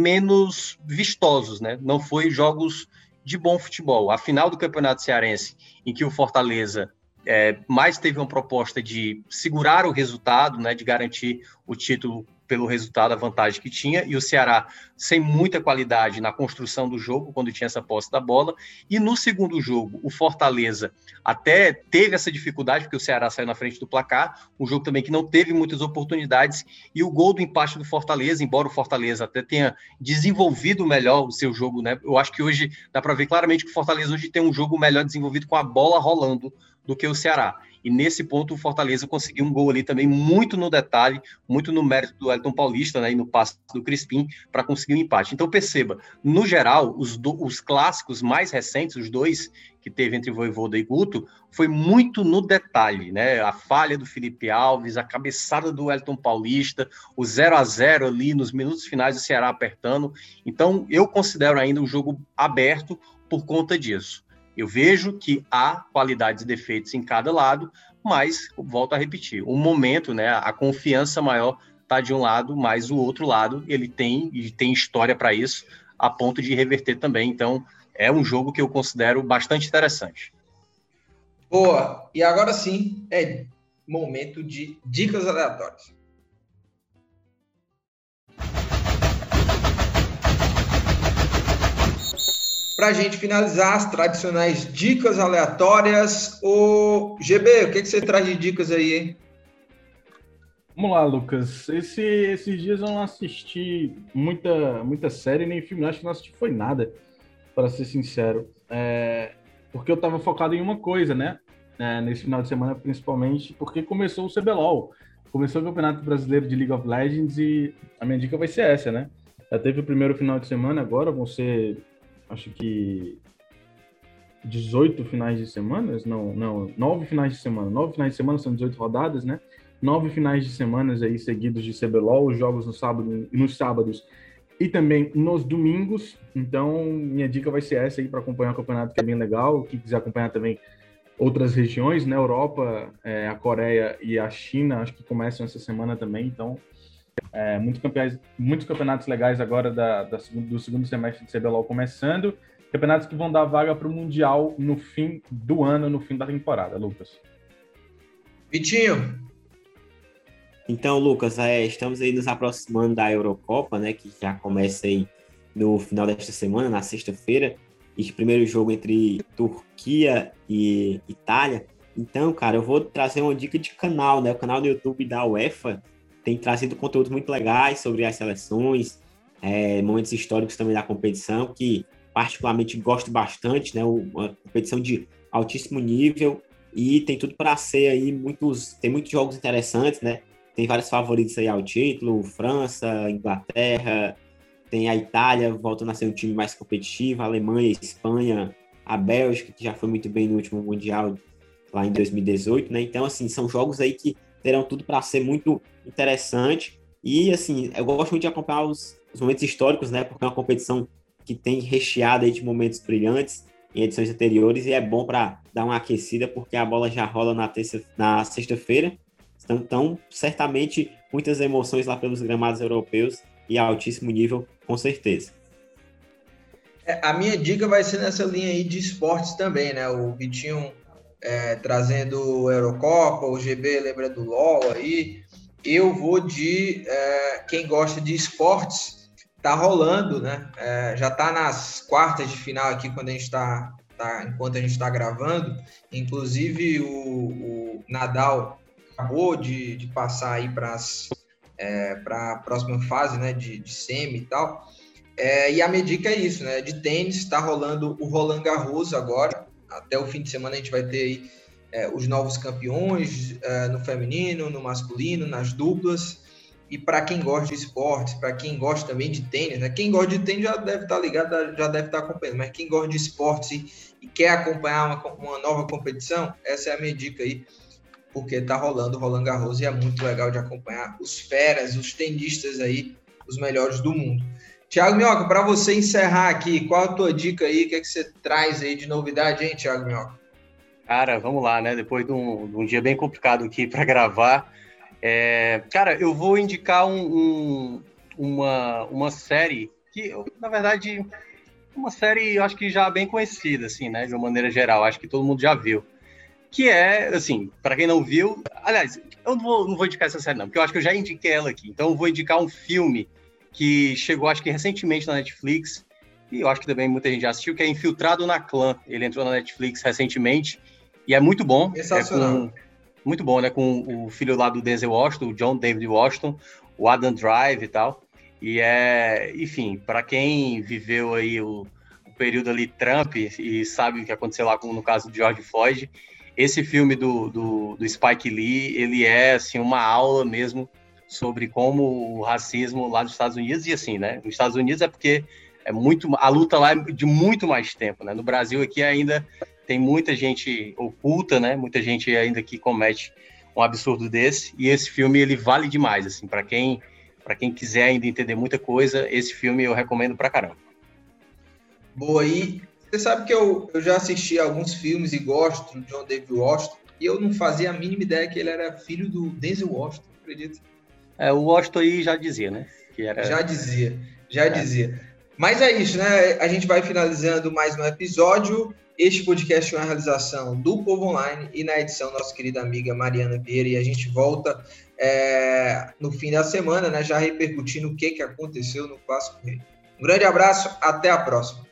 G: menos vistosos, né? Não foi jogos de bom futebol. A final do Campeonato Cearense, em que o Fortaleza é, mais teve uma proposta de segurar o resultado, né, de garantir o título pelo resultado, a vantagem que tinha, e o Ceará sem muita qualidade na construção do jogo, quando tinha essa posse da bola. E no segundo jogo, o Fortaleza até teve essa dificuldade, porque o Ceará saiu na frente do placar, um jogo também que não teve muitas oportunidades, e o gol do empate do Fortaleza, embora o Fortaleza até tenha desenvolvido melhor o seu jogo, né, eu acho que hoje dá para ver claramente que o Fortaleza hoje tem um jogo melhor desenvolvido com a bola rolando do que o Ceará. E nesse ponto o Fortaleza conseguiu um gol ali também muito no detalhe, muito no mérito do Elton Paulista, né, e no passe do Crispim para conseguir um empate. Então perceba, no geral, os, do, os clássicos mais recentes, os dois que teve entre Vojvoda e Guto, foi muito no detalhe, né? A falha do Felipe Alves, a cabeçada do Elton Paulista, o zero a zero ali nos minutos finais do Ceará apertando. Então eu considero ainda um jogo aberto por conta disso. Eu vejo que há qualidades e defeitos em cada lado, mas, volto a repetir, o momento, né, a confiança maior está de um lado, mas o outro lado, ele tem, e tem história para isso, a ponto de reverter também. Então, é um jogo que eu considero bastante interessante.
H: Boa! E agora sim, é momento de dicas aleatórias. Para a gente finalizar, as tradicionais dicas aleatórias. O G B, o que, que você traz de dicas aí, hein?
E: Vamos lá, Lucas. Esse, esses dias eu não assisti muita, muita série nem filme. Acho que não assisti foi nada, para ser sincero. É, porque eu estava focado em uma coisa, né? É, nesse final de semana, principalmente, porque começou o C B L O L. Começou o Campeonato Brasileiro de League of Legends e a minha dica vai ser essa, né? Já teve o primeiro final de semana, agora vão ser... acho que dezoito finais de semana, não, não, nove finais de semana, nove finais de semana, são dezoito rodadas, né? Nove finais de semana aí seguidos de C B L O L, os jogos no sábado, nos sábados e também nos domingos. Então, minha dica vai ser essa aí para acompanhar o campeonato, que é bem legal. Quem quiser acompanhar também outras regiões, né? Europa, é, a Coreia e a China, acho que começam essa semana também. Então, é, muitos, campeões, muitos campeonatos legais agora da, da, do segundo semestre de C B L O L começando. Campeonatos que vão dar vaga para o Mundial no fim do ano, no fim da temporada, Lucas.
H: Vitinho.
F: Então, Lucas, é, estamos aí nos aproximando da Eurocopa, né, que já começa aí no final desta semana, na sexta-feira, e primeiro jogo entre Turquia e Itália. Então, cara, eu vou trazer uma dica de canal, né? O canal do YouTube da UEFA tem trazido conteúdos muito legais sobre as seleções, é, momentos históricos também da competição, que particularmente gosto bastante, né? Uma competição de altíssimo nível e tem tudo para ser aí muitos, tem muitos jogos interessantes, né? Tem vários favoritos aí ao título, França, Inglaterra, tem a Itália voltando a ser um time mais competitivo, a Alemanha, a Espanha, a Bélgica, que já foi muito bem no último Mundial lá em dois mil e dezoito, né? Então, assim, são jogos aí que terão tudo para ser muito interessante. E, assim, eu gosto muito de acompanhar os, os momentos históricos, né? Porque é uma competição que tem recheada aí de momentos brilhantes em edições anteriores e é bom para dar uma aquecida, porque a bola já rola na, terça, na sexta-feira. Então, então, certamente, muitas emoções lá pelos gramados europeus e a altíssimo nível, com certeza.
H: É, a minha dica vai ser nessa linha aí de esportes também, né? O Vitinho é, trazendo Eurocopa, o G B lembra do LOL aí. Eu vou de é, quem gosta de esportes, tá rolando, né? É, já tá nas quartas de final aqui quando a gente tá, tá enquanto a gente está gravando. Inclusive o, o Nadal acabou de, de passar aí para é, para a próxima fase, né? De, de semi e tal. É, e a minha dica é isso, né? De tênis, está rolando o Roland Garros agora. Até o fim de semana a gente vai ter aí é, os novos campeões é, no feminino, no masculino, nas duplas. E para quem gosta de esportes, para quem gosta também de tênis, né? Quem gosta de tênis já deve estar ligado, já deve estar acompanhando. Mas quem gosta de esportes e, e quer acompanhar uma, uma nova competição, essa é a minha dica aí. Porque está rolando o Roland Garros e é muito legal de acompanhar os feras, os tenistas aí, os melhores do mundo. Thiago Minhoca, para você encerrar aqui, qual a tua dica aí? O que, é que você traz aí de novidade, hein, Thiago Minhoca?
G: Cara, vamos lá, né? Depois de um, de um dia bem complicado aqui para gravar, é... cara, eu vou indicar um, um, uma, uma série que, na verdade, uma série, eu acho que já bem conhecida, assim, né? De uma maneira geral, acho que todo mundo já viu. Que é, assim, para quem não viu... Aliás, eu não vou, não vou indicar essa série, não, porque eu acho que eu já indiquei ela aqui. Então, eu vou indicar um filme que chegou, acho que recentemente na Netflix, e eu acho que também muita gente já assistiu, que é Infiltrado na Clã. Ele entrou na Netflix recentemente, e é muito bom.
H: Sensacional.
G: É com, muito bom, né? Com o filho lá do Denzel Washington, o John David Washington, o Adam Drive e tal. E é, enfim, para quem viveu aí o, o período ali Trump e sabe o que aconteceu lá, como no caso de George Floyd, esse filme do, do, do Spike Lee, ele é, assim, uma aula mesmo sobre como o racismo lá nos Estados Unidos, e assim, né, nos Estados Unidos é porque é muito, a luta lá é de muito mais tempo, né, no Brasil aqui ainda tem muita gente oculta, né, muita gente ainda que comete um absurdo desse, e esse filme, ele vale demais, assim, para quem, para quem quiser ainda entender muita coisa, esse filme eu recomendo pra caramba.
H: Boa, aí, você sabe que eu, eu já assisti alguns filmes e gosto do John David Washington, e eu não fazia a mínima ideia que ele era filho do Denzel Washington, acredita?
G: É, o Washington aí já dizia, né? Que era...
H: Já dizia, já é. dizia. Mas é isso, né? A gente vai finalizando mais um episódio. Este podcast é uma realização do Povo Online e na edição nossa querida amiga Mariana Vieira. E a gente volta é, no fim da semana, né? Já repercutindo o que, que aconteceu no Clássico Rei. Um grande abraço, até a próxima.